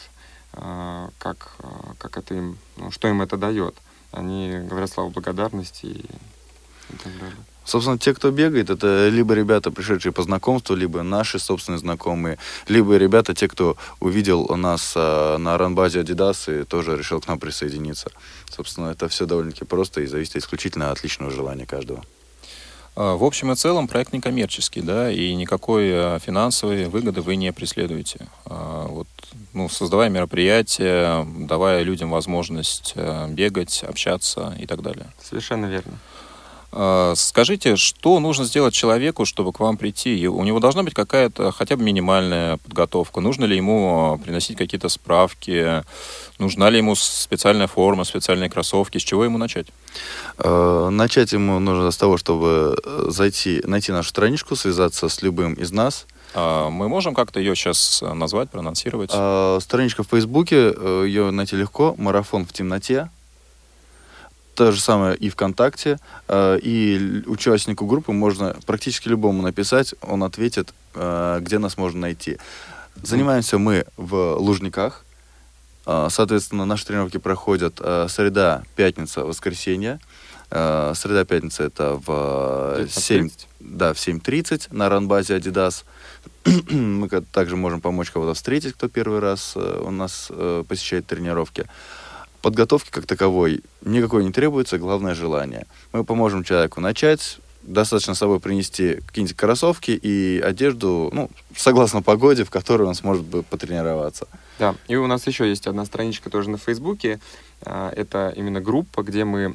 как это им, что им это дает. Они говорят слова благодарности и так далее. Собственно, те, кто бегает, это либо ребята, пришедшие по знакомству, либо наши собственные знакомые, либо ребята, те, кто увидел нас на ранбазе Adidas и тоже решил к нам присоединиться. Собственно, это все довольно-таки просто и зависит исключительно от личного желания каждого. В общем и целом проект некоммерческий, да, и никакой финансовой выгоды вы не преследуете. Создавая мероприятия, давая людям возможность бегать, общаться и так далее. Совершенно верно. Скажите, что нужно сделать человеку, чтобы к вам прийти? У него должна быть какая-то хотя бы минимальная подготовка. Нужно ли ему приносить какие-то справки? Нужна ли ему специальная форма, специальные кроссовки? С чего ему начать? Начать ему нужно с того, чтобы найти нашу страничку, связаться с любым из нас. Мы можем как-то ее сейчас назвать, проанонсировать? Страничка в Фейсбуке, ее найти легко. «Марафон в темноте». То же самое и ВКонтакте. И участнику группы можно практически любому написать, он ответит, где нас можно найти. Занимаемся мы в Лужниках. Соответственно, наши тренировки проходят среда, пятница, воскресенье. Среда, пятница это в 7:30 на ранбазе Adidas. Мы также можем помочь кого-то встретить, кто первый раз у нас посещает тренировки. Подготовки как таковой никакой не требуется, главное желание. Мы поможем человеку начать. Достаточно с собой принести какие-нибудь кроссовки и одежду, согласно погоде, в которой он сможет потренироваться. Да, и у нас еще есть одна страничка тоже на Фейсбуке. Это именно группа, где мы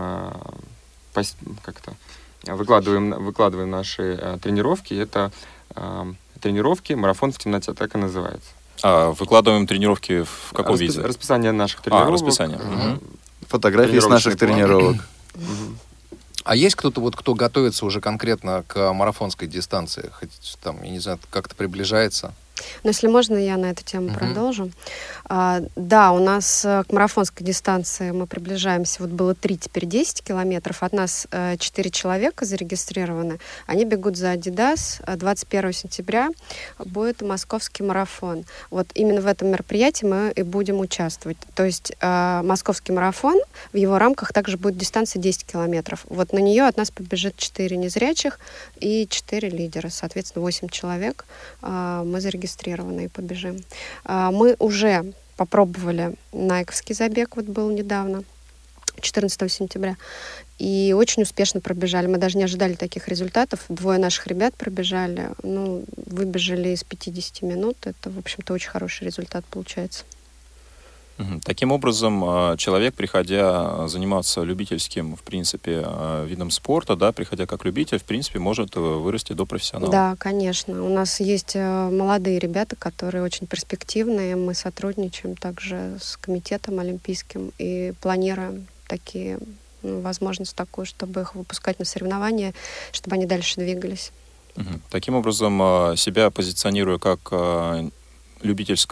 выкладываем наши тренировки. Это тренировки «Марафон в темноте», так и называется. Выкладываем тренировки в каком виде? Расписание наших тренировок. Расписание. Фотографии с наших тренировок. А есть кто-то, кто готовится уже конкретно к марафонской дистанции? Хоть там, я не знаю, как-то приближается? Но если можно, я на эту тему продолжу. Да, у нас к марафонской дистанции мы приближаемся. Вот было 3, теперь 10 километров. От нас 4 человека зарегистрированы. Они бегут за Adidas. 21 сентября будет московский марафон. Вот именно в этом мероприятии мы и будем участвовать. То есть московский марафон, в его рамках также будет дистанция 10 километров. Вот на нее от нас побежит 4 незрячих и 4 лидера. Соответственно, 8 человек мы зарегистрированы и побежим. Мы уже попробовали найковский забег, вот был недавно, 14 сентября, и очень успешно пробежали. Мы даже не ожидали таких результатов. 2 наших ребят пробежали, выбежали из 50 минут. Это, в общем-то, очень хороший результат получается. Таким образом, человек, приходя заниматься любительским, в принципе, видом спорта, да, приходя как любитель, в принципе, может вырасти до профессионала. Да, конечно. У нас есть молодые ребята, которые очень перспективные. Мы сотрудничаем также с комитетом олимпийским и планируем такие возможность такую, чтобы их выпускать на соревнования, чтобы они дальше двигались. Таким образом, себя позиционируя как любительское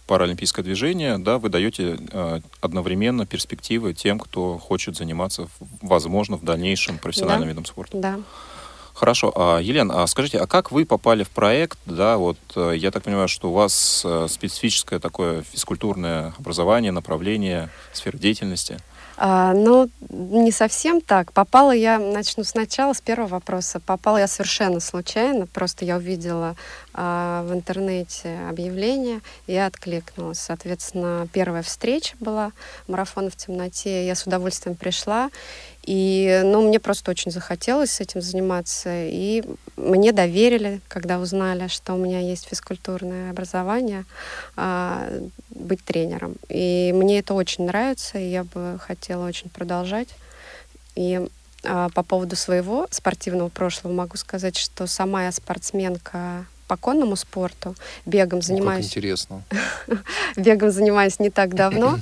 паралимпийское движение, да, вы даете одновременно перспективы тем, кто хочет заниматься, возможно, в дальнейшем профессиональным видом спорта. Да. Хорошо. Елена, скажите, а как вы попали в проект? Да, вот я так понимаю, что у вас специфическое такое физкультурное образование, направление, сфера деятельности. Ну, не совсем так. Попала я, начну сначала, с первого вопроса. Попала я совершенно случайно. Просто я увидела в интернете объявление, и я откликнулась. Соответственно, первая встреча была марафона в темноте. Я с удовольствием пришла. И, мне просто очень захотелось этим заниматься. И мне доверили, когда узнали, что у меня есть физкультурное образование, быть тренером. И мне это очень нравится, и я бы хотела очень продолжать. И по поводу своего спортивного прошлого могу сказать, что сама я спортсменка по конному спорту. Бегом занимаюсь. Как интересно. Бегом занимаюсь не так давно,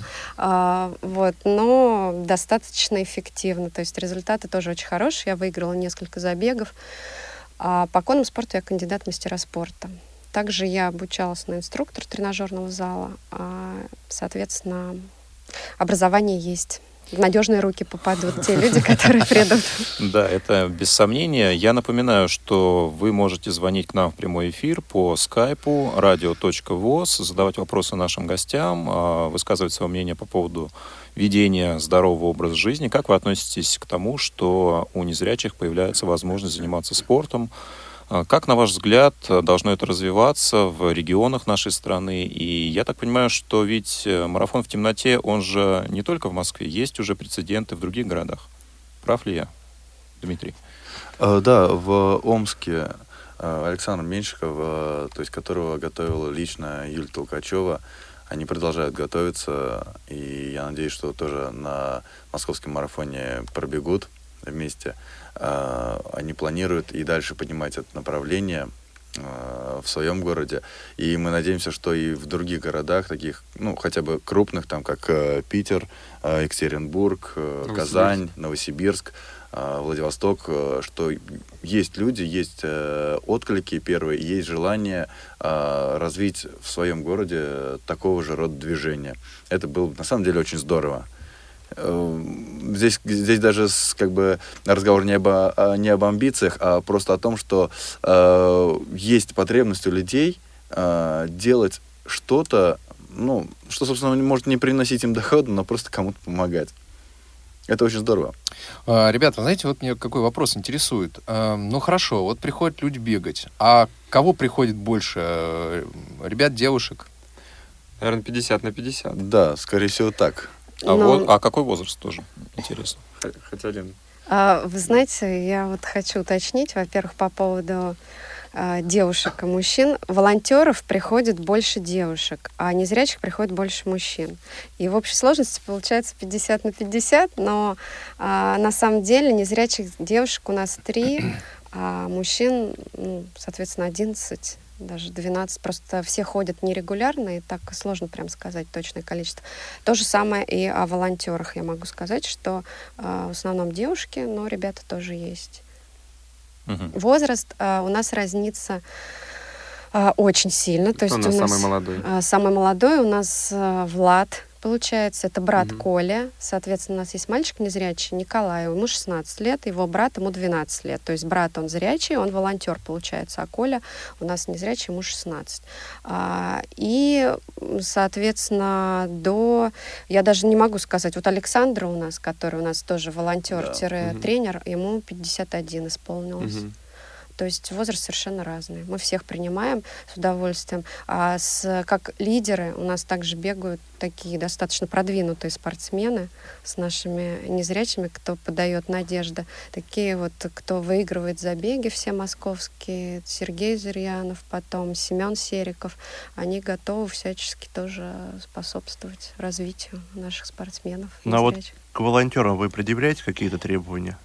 но достаточно эффективно. То есть результаты тоже очень хорошие. Я выиграла несколько забегов. По конному спорту я кандидат в мастера спорта. Также я обучалась на инструктора тренажерного зала. Соответственно, образование есть. В надежные руки попадут те люди, которые придут. Да, это без сомнения. Я напоминаю, что вы можете звонить к нам в прямой эфир по скайпу radio.voz, задавать вопросы нашим гостям, высказывать свое мнение по поводу ведения здорового образа жизни. Как вы относитесь к тому, что у незрячих появляется возможность заниматься спортом? Как, на ваш взгляд, должно это развиваться в регионах нашей страны? И я так понимаю, что ведь марафон в темноте, он же не только в Москве, есть уже прецеденты в других городах. Прав ли я, Дмитрий? Да, в Омске Александр Меньшиков, то есть которого готовила лично Юлия Толкачева, они продолжают готовиться, и я надеюсь, что тоже на московском марафоне пробегут вместе. Они планируют и дальше поднимать это направление в своем городе. И мы надеемся, что и в других городах, таких, хотя бы крупных, там, как Питер, Екатеринбург, Казань, Новосибирск, Владивосток, что есть люди, есть отклики первые, есть желание развить в своем городе такого же рода движения. Это было, на самом деле, очень здорово. Здесь даже разговор не об амбициях, а просто о том, что есть потребность у людей делать что-то, что, собственно, может не приносить им дохода, но просто кому-то помогать. Это очень здорово. Ребята, знаете, вот меня какой вопрос интересует. Хорошо, вот приходят люди бегать, а кого приходит больше? Ребят, девушек? Наверное, 50/50. Да, скорее всего, так. А какой возраст тоже? Интересно. Хотя, Лен. Вы знаете, я вот хочу уточнить, во-первых, по поводу девушек и мужчин. Волонтеров приходит больше девушек, а незрячих приходит больше мужчин. И в общей сложности получается 50/50, но на самом деле незрячих девушек у нас 3, а мужчин, соответственно, 11. Даже 12, просто все ходят нерегулярно, и так сложно прям сказать точное количество. То же самое и о волонтерах я могу сказать, что в основном девушки, но ребята тоже есть. Возраст у нас разнится очень сильно. То есть у нас самый молодой? Самый молодой у нас Влад, получается, это брат Коля. Соответственно, у нас есть мальчик незрячий, Николай, ему 16 лет, его брат, ему 12 лет. То есть брат, он зрячий, он волонтер, получается, а Коля у нас незрячий, ему 16. И, соответственно, я даже не могу сказать, вот Александра у нас, который у нас тоже волонтер-тренер, ему 51 исполнилось. То есть возраст совершенно разный. Мы всех принимаем с удовольствием. Как лидеры у нас также бегают такие достаточно продвинутые спортсмены с нашими незрячими, кто подает надежды. Такие вот, кто выигрывает забеги все московские. Сергей Зырянов, потом Семен Сериков. Они готовы всячески тоже способствовать развитию наших спортсменов. Ну а вот к волонтерам вы предъявляете какие-то требования?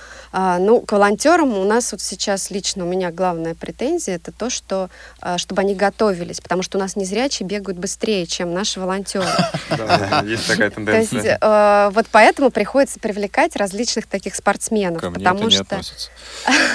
К волонтерам у нас вот сейчас лично у меня главная претензия это то, что чтобы они готовились, потому что у нас незрячие бегают быстрее, чем наши волонтеры. Да, есть такая тенденция. То есть вот поэтому приходится привлекать различных таких спортсменов. Ко мне потому это не что относится.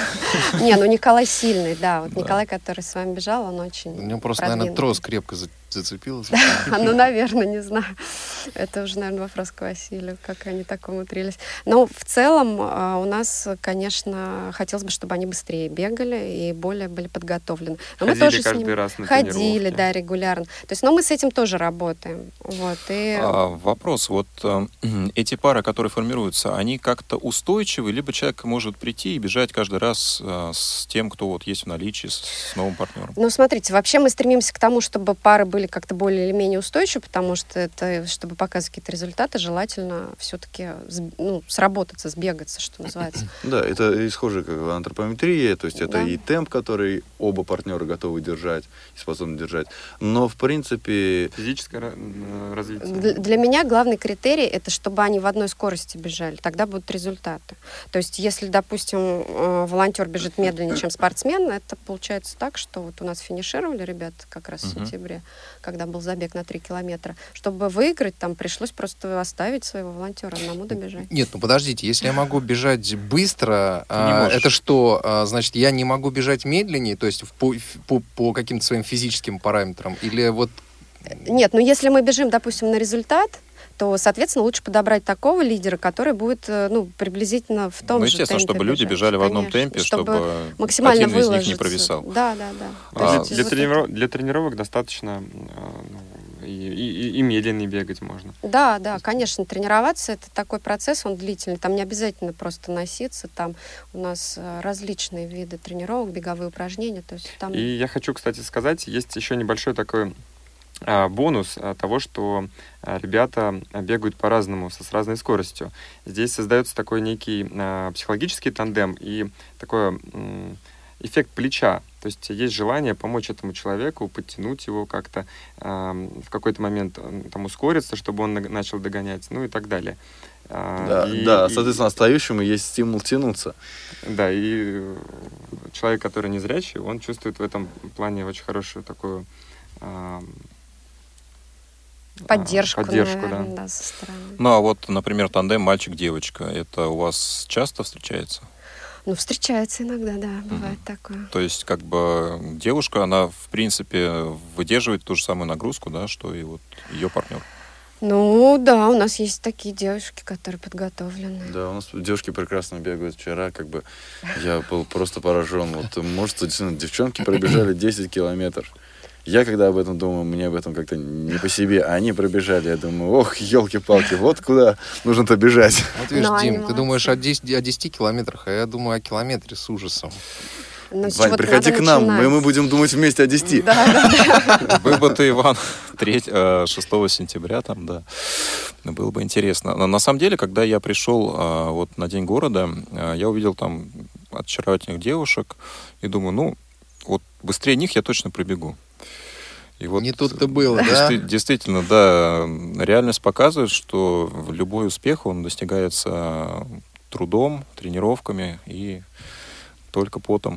Николай сильный, да. Вот Николай, который с вами бежал, он очень У него просто, продвинутый. наверное, трос крепко Зацепилась? Ну, наверное, не знаю. Это уже, наверное, вопрос к Василию, как они так умудрились. Но в целом у нас, конечно, хотелось бы, чтобы они быстрее бегали и более были подготовлены. Но Ходили мы тоже каждый с ними раз на ходили, тренировки. да, регулярно. То есть, но мы с этим тоже работаем. Вот, и... Вопрос. Вот эти пары, которые формируются, они как-то устойчивы, либо человек может прийти и бежать каждый раз с тем, кто вот есть в наличии, с новым партнером? Ну, смотрите, вообще мы стремимся к тому, чтобы пары были как-то более или менее устойчивы, потому что это, чтобы показывать какие-то результаты, желательно все-таки сработаться, сбегаться, что называется. Да, это исхоже как антропометрия, то есть это и темп, который оба партнера готовы держать и способны держать. Но, в принципе... Физическое развитие. Для меня главный критерий — это чтобы они в одной скорости бежали. Тогда будут результаты. То есть если, допустим, волонтер бежит медленнее, чем спортсмен, это получается так, что вот у нас финишировали ребята как раз в сентябре, когда был забег на 3 километра. Чтобы выиграть, там пришлось просто оставить своего волонтера, одному добежать. Нет, ну подождите, если я могу бежать быстро, это что, значит, я не могу бежать медленнее, то есть по каким-то своим физическим параметрам? Или вот... Нет, ну если мы бежим, допустим, на результат, то, соответственно, лучше подобрать такого лидера, который будет приблизительно в том же темпе. Ну, естественно, чтобы люди бежали в одном темпе, чтобы максимально один из них не выложиться. провисал. Да. Для тренировок достаточно и медленный бегать можно. Да, конечно, тренироваться — это такой процесс, он длительный. Там не обязательно просто носиться, там у нас различные виды тренировок, беговые упражнения. То есть там... И я хочу, кстати, сказать, есть еще небольшой такой бонус того, что ребята бегают по-разному, с разной скоростью. Здесь создается такой некий психологический тандем и такой эффект плеча. То есть есть желание помочь этому человеку, подтянуть его как-то, в какой-то момент там ускориться, чтобы он начал догонять, ну и так далее. Соответственно, остающему есть стимул тянуться. Да, и человек, который незрячий, он чувствует в этом плане очень хорошую такую... Поддержку, наверное, да, со стороны. Ну, а вот, например, тандем мальчик-девочка, это у вас часто встречается? Ну, встречается иногда, да, бывает такое. То есть, как бы, девушка, она, в принципе, выдерживает ту же самую нагрузку, да, что и вот ее партнер? Ну, да, у нас есть такие девушки, которые подготовлены. Да, у нас девушки прекрасно бегают. Вчера, я был просто поражен. Вот, может, действительно, девчонки пробежали 10 километров. Я, когда об этом думаю, мне об этом как-то не по себе. А они пробежали. Я думаю, ох, елки-палки, вот куда нужно-то бежать. Вот видишь, Дим, ты думаешь о 10 километрах, а я думаю о километре с ужасом. Вань, приходи к нам, мы будем думать вместе о 10. Да. Был бы ты, Иван, 6 сентября, там, да, было бы интересно. Но на самом деле, когда я пришел вот на День города, я увидел там очаровательных девушек и думаю, ну, вот быстрее них я точно пробегу. И вот не тут-то было, да? Действительно, да, реальность показывает, что любой успех, он достигается трудом, тренировками и только потом,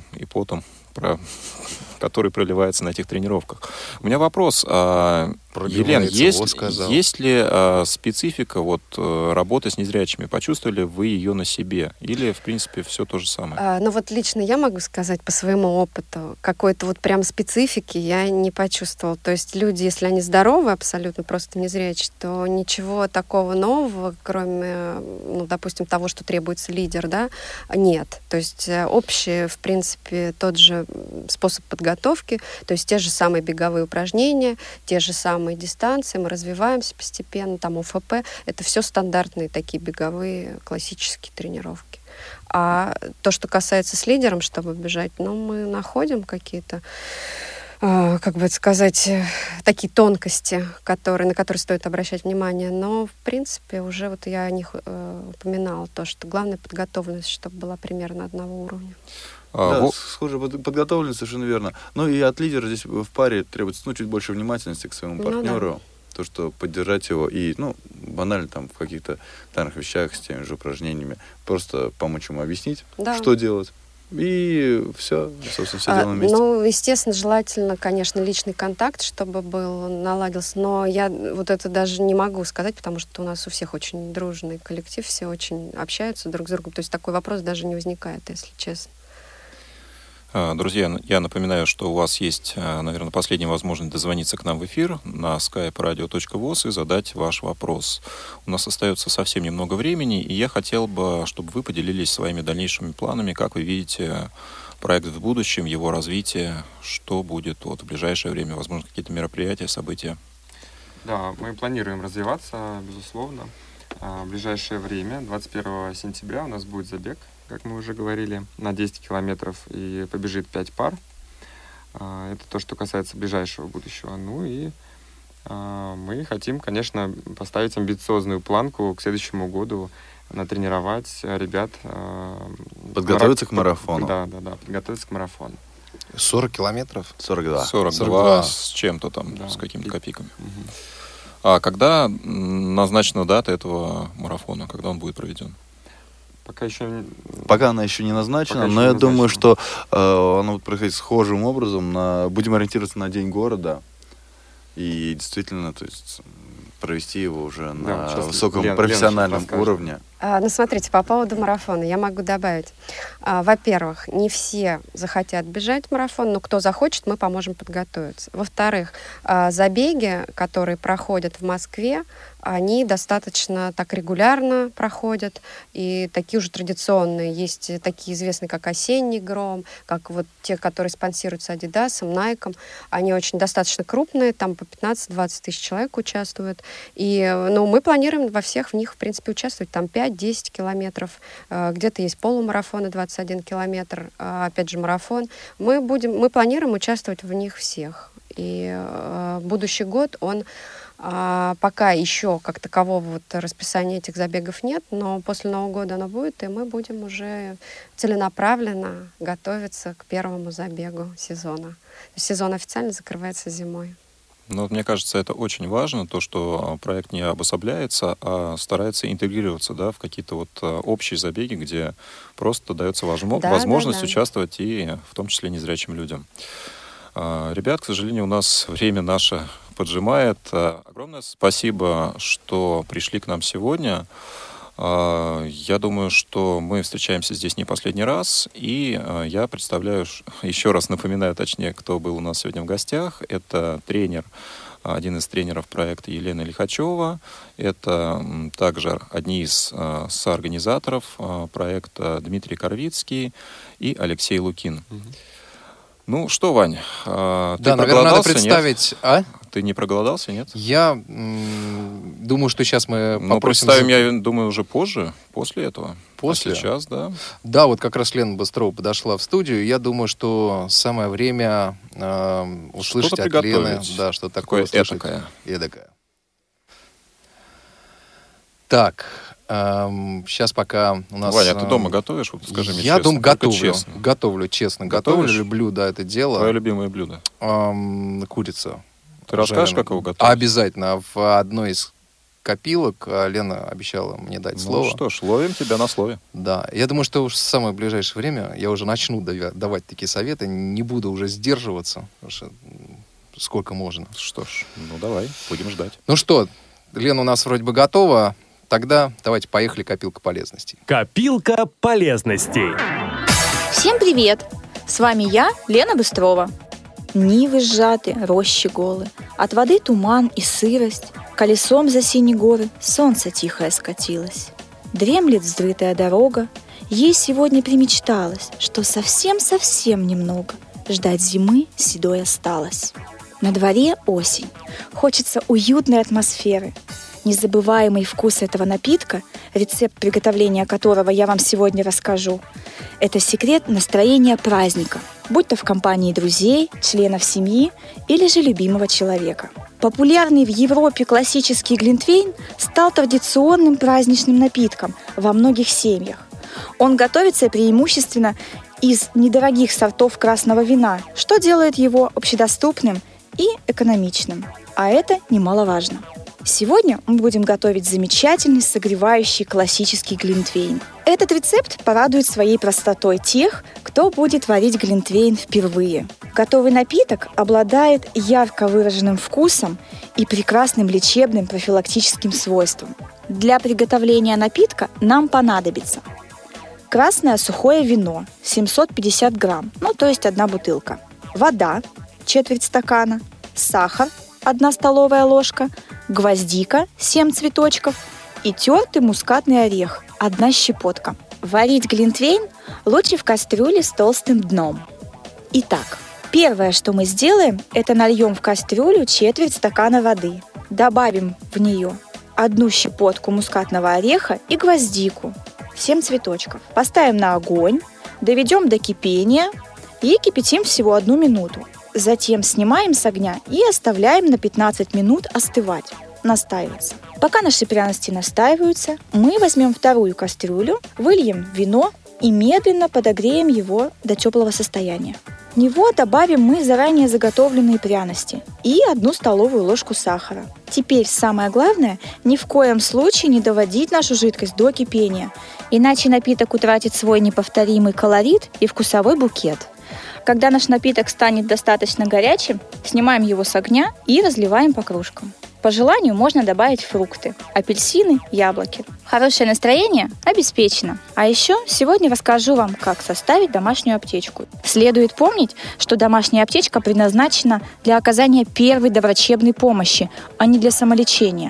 который проливается на этих тренировках. У меня вопрос. Елена, есть ли специфика работы с незрячими? Почувствовали вы ее на себе? Или, в принципе, все то же самое? Ну вот лично я могу сказать по своему опыту, какой-то вот прям специфики я не почувствовала. То есть люди, если они здоровы, абсолютно просто незрячие, то ничего такого нового, кроме, допустим, того, что требуется лидер, да, нет. То есть общий, в принципе, тот же способ подготовки, то есть те же самые беговые упражнения, те же самые дистанции, мы развиваемся постепенно, там ОФП, это все стандартные такие беговые классические тренировки. А то, что касается с лидером, чтобы бежать, мы находим какие-то, как бы сказать, такие тонкости, на которые стоит обращать внимание. Но, в принципе, уже вот я о них упоминала, то, что главная подготовленность, чтобы была примерно одного уровня. Да, схоже, подготовленность, совершенно верно. Ну и от лидера здесь в паре требуется чуть больше внимательности к своему партнеру. Да. То, что поддержать его и, банально там в каких-то данных вещах с теми же упражнениями, просто помочь ему объяснить, что делать. И все, собственно, все делаем вместе. Естественно, желательно, конечно, личный контакт, чтобы наладился. Но я вот это даже не могу сказать, потому что у нас у всех очень дружный коллектив, все очень общаются друг с другом. То есть такой вопрос даже не возникает, если честно. Друзья, я напоминаю, что у вас есть, наверное, последняя возможность дозвониться к нам в эфир на skype-radio.voz и задать ваш вопрос. У нас остается совсем немного времени, и я хотел бы, чтобы вы поделились своими дальнейшими планами, как вы видите проект в будущем, его развитие, что будет в ближайшее время, возможно, какие-то мероприятия, события. Да, мы планируем развиваться, безусловно. В ближайшее время, 21 сентября, у нас будет забег, как мы уже говорили, на 10 километров, и побежит 5 пар. Это то, что касается ближайшего будущего. Ну и мы хотим, конечно, поставить амбициозную планку к следующему году, натренировать ребят. Подготовиться к марафону. Да, подготовиться к марафону. 40 километров? 42 с чем-то там, с какими-то копейками. А когда назначена дата этого марафона? Когда он будет проведен? Пока она еще не назначена, но я думаю, что она будет проходить схожим образом. Будем ориентироваться на День города. И действительно, то есть провести его уже на высоком профессиональном уровне. Ну, смотрите, по поводу марафона я могу добавить. Во-первых, не все захотят бежать марафон, но кто захочет, мы поможем подготовиться. Во-вторых, забеги, которые проходят в Москве, они достаточно так регулярно проходят, и такие уже традиционные. Есть такие известные, как «Осенний гром», как вот те, которые спонсируются Адидасом, Найком. Они очень достаточно крупные, там по 15-20 тысяч человек участвуют. И мы планируем во всех в них, в принципе, участвовать. Там 5-10 километров. Где-то есть полумарафоны, 21 километр. Опять же, марафон. Мы планируем участвовать в них всех. И будущий год, он пока еще как такового расписания этих забегов нет, но после Нового года оно будет, и мы будем уже целенаправленно готовиться к первому забегу сезона. Сезон официально закрывается зимой. Мне кажется, это очень важно, то, что проект не обособляется, а старается интегрироваться в какие-то общие забеги, где просто дается возможность участвовать и в том числе незрячим людям. Ребят, к сожалению, у нас время наше поджимает. Огромное спасибо, что пришли к нам сегодня. Я думаю, что мы встречаемся здесь не последний раз. И я представляю, еще раз напоминаю, точнее, кто был у нас сегодня в гостях. Это один из тренеров проекта Елена Лихачева. Это также одни из соорганизаторов проекта Дмитрий Корвицкий и Алексей Лукин. Ну что, Вань, ты наверное, надо представить... Нет? Ты не проголодался, нет? Я думаю, что сейчас мы попросим... Представим, я думаю, уже позже, после этого. После? Сейчас, да. Да, вот как раз Лена Быстрова подошла в студию. Я думаю, что самое время услышать от Лены... Да, что такое эдакое. Так... Сейчас пока у нас... Ваня, а ты дома готовишь? Вот скажи мне я честно. Я дома готовлю, честно. Готовлю, люблю, это дело. Твое любимое блюдо? Курица. Ты расскажешь, как его готовить? Обязательно. В одной из копилок Лена обещала мне дать слово. Ну что ж, ловим тебя на слове. Да. Я думаю, что уж в самое ближайшее время я уже начну давать такие советы. Не буду уже сдерживаться. Потому что сколько можно. Что ж, давай, будем ждать. Ну что, Лена у нас вроде бы готова. Тогда давайте поехали, копилка полезностей. Копилка полезностей. Всем привет! С вами я, Лена Быстрова. Нивы сжаты, рощи голы, от воды туман и сырость, колесом за синие горы солнце тихое скатилось. Дремлет вздвытая дорога, ей сегодня примечталось, что совсем-совсем немного ждать зимы седой осталось. На дворе осень, хочется уютной атмосферы. Незабываемый вкус этого напитка, рецепт приготовления которого я вам сегодня расскажу, это секрет настроения праздника, будь то в компании друзей, членов семьи или же любимого человека. Популярный в Европе классический глинтвейн стал традиционным праздничным напитком во многих семьях. Он готовится преимущественно из недорогих сортов красного вина, что делает его общедоступным и экономичным. А это немаловажно. Сегодня мы будем готовить замечательный, согревающий классический глинтвейн. Этот рецепт порадует своей простотой тех, кто будет варить глинтвейн впервые. Готовый напиток обладает ярко выраженным вкусом и прекрасным лечебным профилактическим свойством. Для приготовления напитка нам понадобится красное сухое вино 750 грамм, то есть 1 бутылка, вода четверть стакана, сахар 1 столовая ложка, гвоздика 7 цветочков и тертый мускатный орех 1 щепотка. Варить глинтвейн лучше в кастрюле с толстым дном. Итак, первое, что мы сделаем, это нальем в кастрюлю четверть стакана воды. Добавим в нее 1 щепотку мускатного ореха и гвоздику 7 цветочков. Поставим на огонь, доведем до кипения и кипятим всего 1 минуту. Затем снимаем с огня и оставляем на 15 минут остывать, настаиваться. Пока наши пряности настаиваются, мы возьмем вторую кастрюлю, выльем вино и медленно подогреем его до теплого состояния. В него добавим мы заранее заготовленные пряности и 1 столовую ложку сахара. Теперь самое главное, ни в коем случае не доводить нашу жидкость до кипения, иначе напиток утратит свой неповторимый колорит и вкусовой букет. Когда наш напиток станет достаточно горячим, снимаем его с огня и разливаем по кружкам. По желанию можно добавить фрукты – апельсины, яблоки. Хорошее настроение обеспечено. А еще сегодня расскажу вам, как составить домашнюю аптечку. Следует помнить, что домашняя аптечка предназначена для оказания первой доврачебной помощи, а не для самолечения.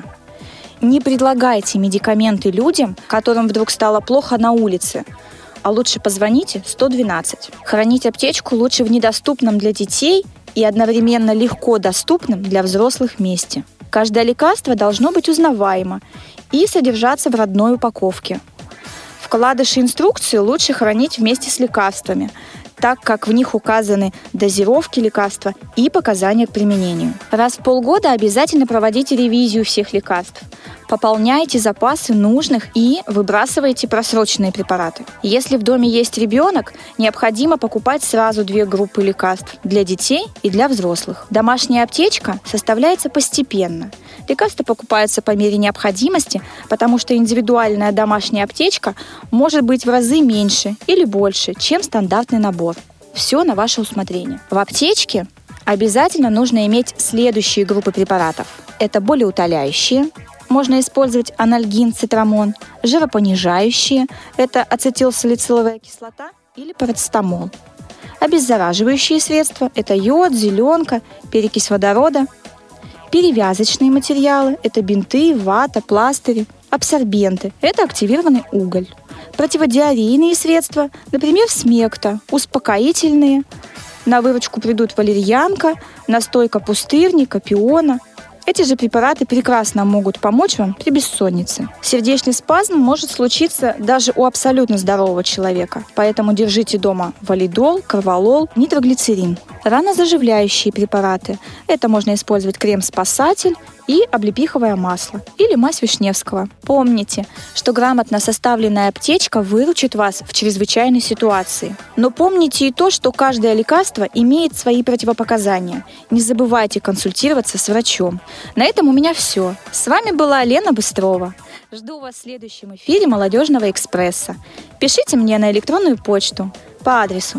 Не предлагайте медикаменты людям, которым вдруг стало плохо на улице, а лучше позвоните 112. Хранить аптечку лучше в недоступном для детей и одновременно легко доступном для взрослых месте. Каждое лекарство должно быть узнаваемо и содержаться в родной упаковке. Вкладыши инструкции лучше хранить вместе с лекарствами, так как в них указаны дозировки лекарства и показания к применению. Раз в полгода обязательно проводите ревизию всех лекарств. Пополняйте запасы нужных и выбрасывайте просроченные препараты. Если в доме есть ребенок, необходимо покупать сразу 2 группы лекарств для детей и для взрослых. Домашняя аптечка составляется постепенно. Лекарства покупаются по мере необходимости, потому что индивидуальная домашняя аптечка может быть в разы меньше или больше, чем стандартный набор. Все на ваше усмотрение. В аптечке обязательно нужно иметь следующие группы препаратов. Это болеутоляющие. Можно использовать анальгин, цитрамон, жиропонижающие, это ацетилсалициловая кислота или парацетамол. Обеззараживающие средства – это йод, зеленка, перекись водорода. Перевязочные материалы – это бинты, вата, пластыри. Абсорбенты – это активированный уголь. Противодиарейные средства, например, смекта, успокоительные. На выручку придут валерьянка, настойка пустырника, пиона. Эти же препараты прекрасно могут помочь вам при бессоннице. Сердечный спазм может случиться даже у абсолютно здорового человека, поэтому держите дома валидол, корвалол, нитроглицерин. Ранозаживляющие препараты – это можно использовать крем-спасатель и облепиховое масло или мазь Вишневского. Помните, что грамотно составленная аптечка выручит вас в чрезвычайной ситуации. Но помните и то, что каждое лекарство имеет свои противопоказания. Не забывайте консультироваться с врачом. На этом у меня все. С вами была Лена Быстрова. Жду вас в следующем эфире «Молодежного экспресса». Пишите мне на электронную почту по адресу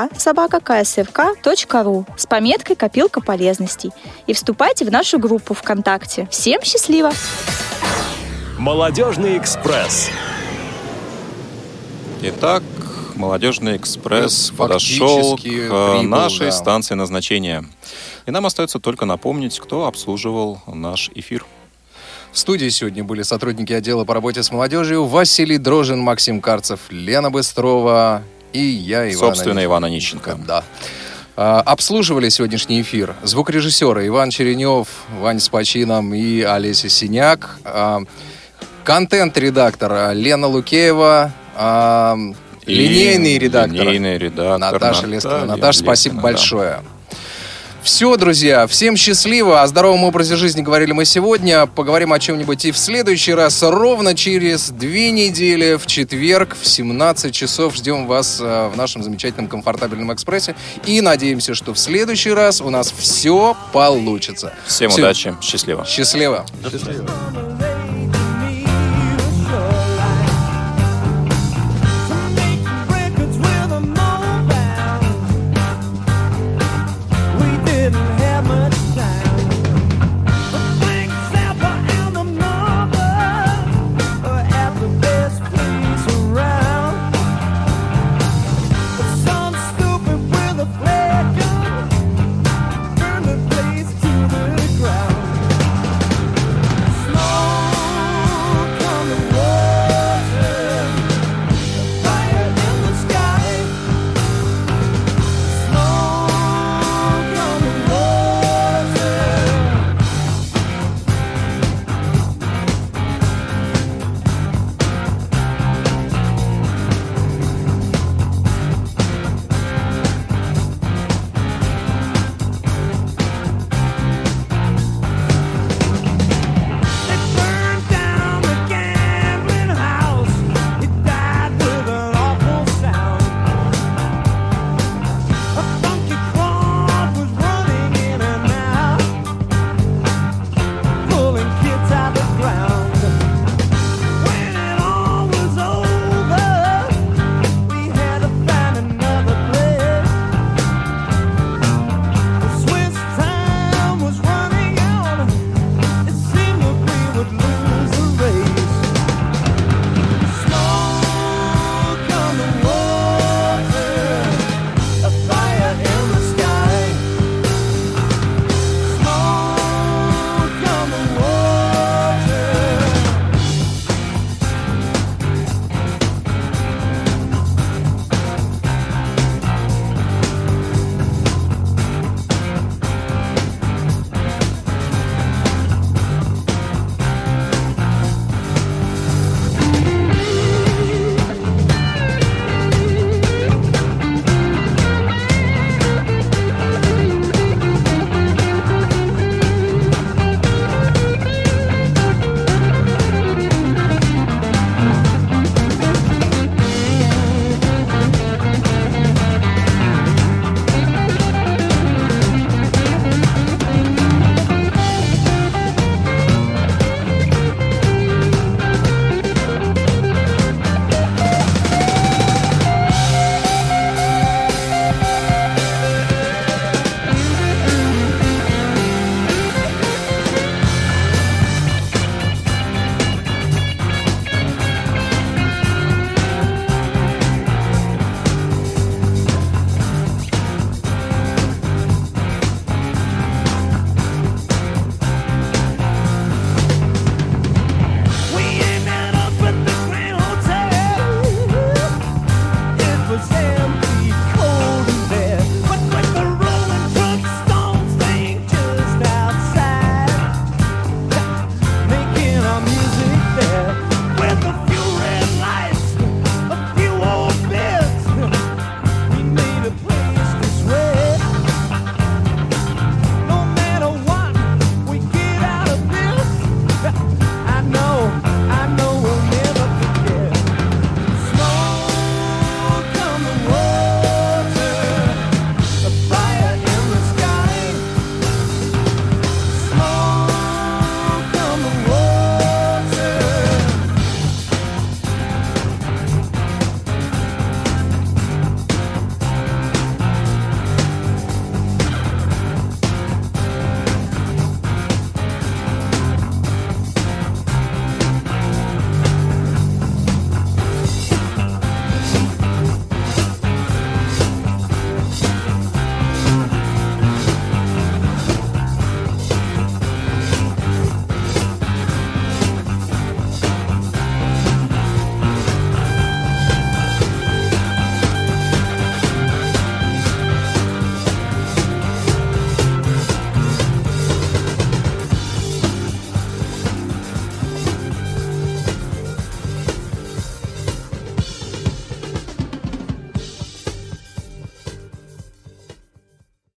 я@ksfk.ru с пометкой «Копилка полезностей» и вступайте в нашу группу ВКонтакте. Всем счастливо! «Молодежный экспресс». Итак, «Молодежный экспресс» подошел к нашей станции назначения. И нам остается только напомнить, кто обслуживал наш эфир. В студии сегодня были сотрудники отдела по работе с молодежью Василий Дрожин, Максим Карцев, Лена Быстрова и я, Иван Онищенко. Да. Обслуживали сегодняшний эфир звукорежиссеры Иван Черенев, Вань с почином и Олеся Синяк. Контент-редактор Лена Лукеева. Линейный редактор Наташа Лескова. Наташа, спасибо большое. Все, друзья, всем счастливо. О здоровом образе жизни говорили мы сегодня. Поговорим о чем-нибудь и в следующий раз, ровно через 2 недели, в четверг, в 17 часов. Ждем вас в нашем замечательном комфортабельном экспрессе. И надеемся, что в следующий раз у нас все получится. Всем удачи. Счастливо. Счастливо. Счастливо.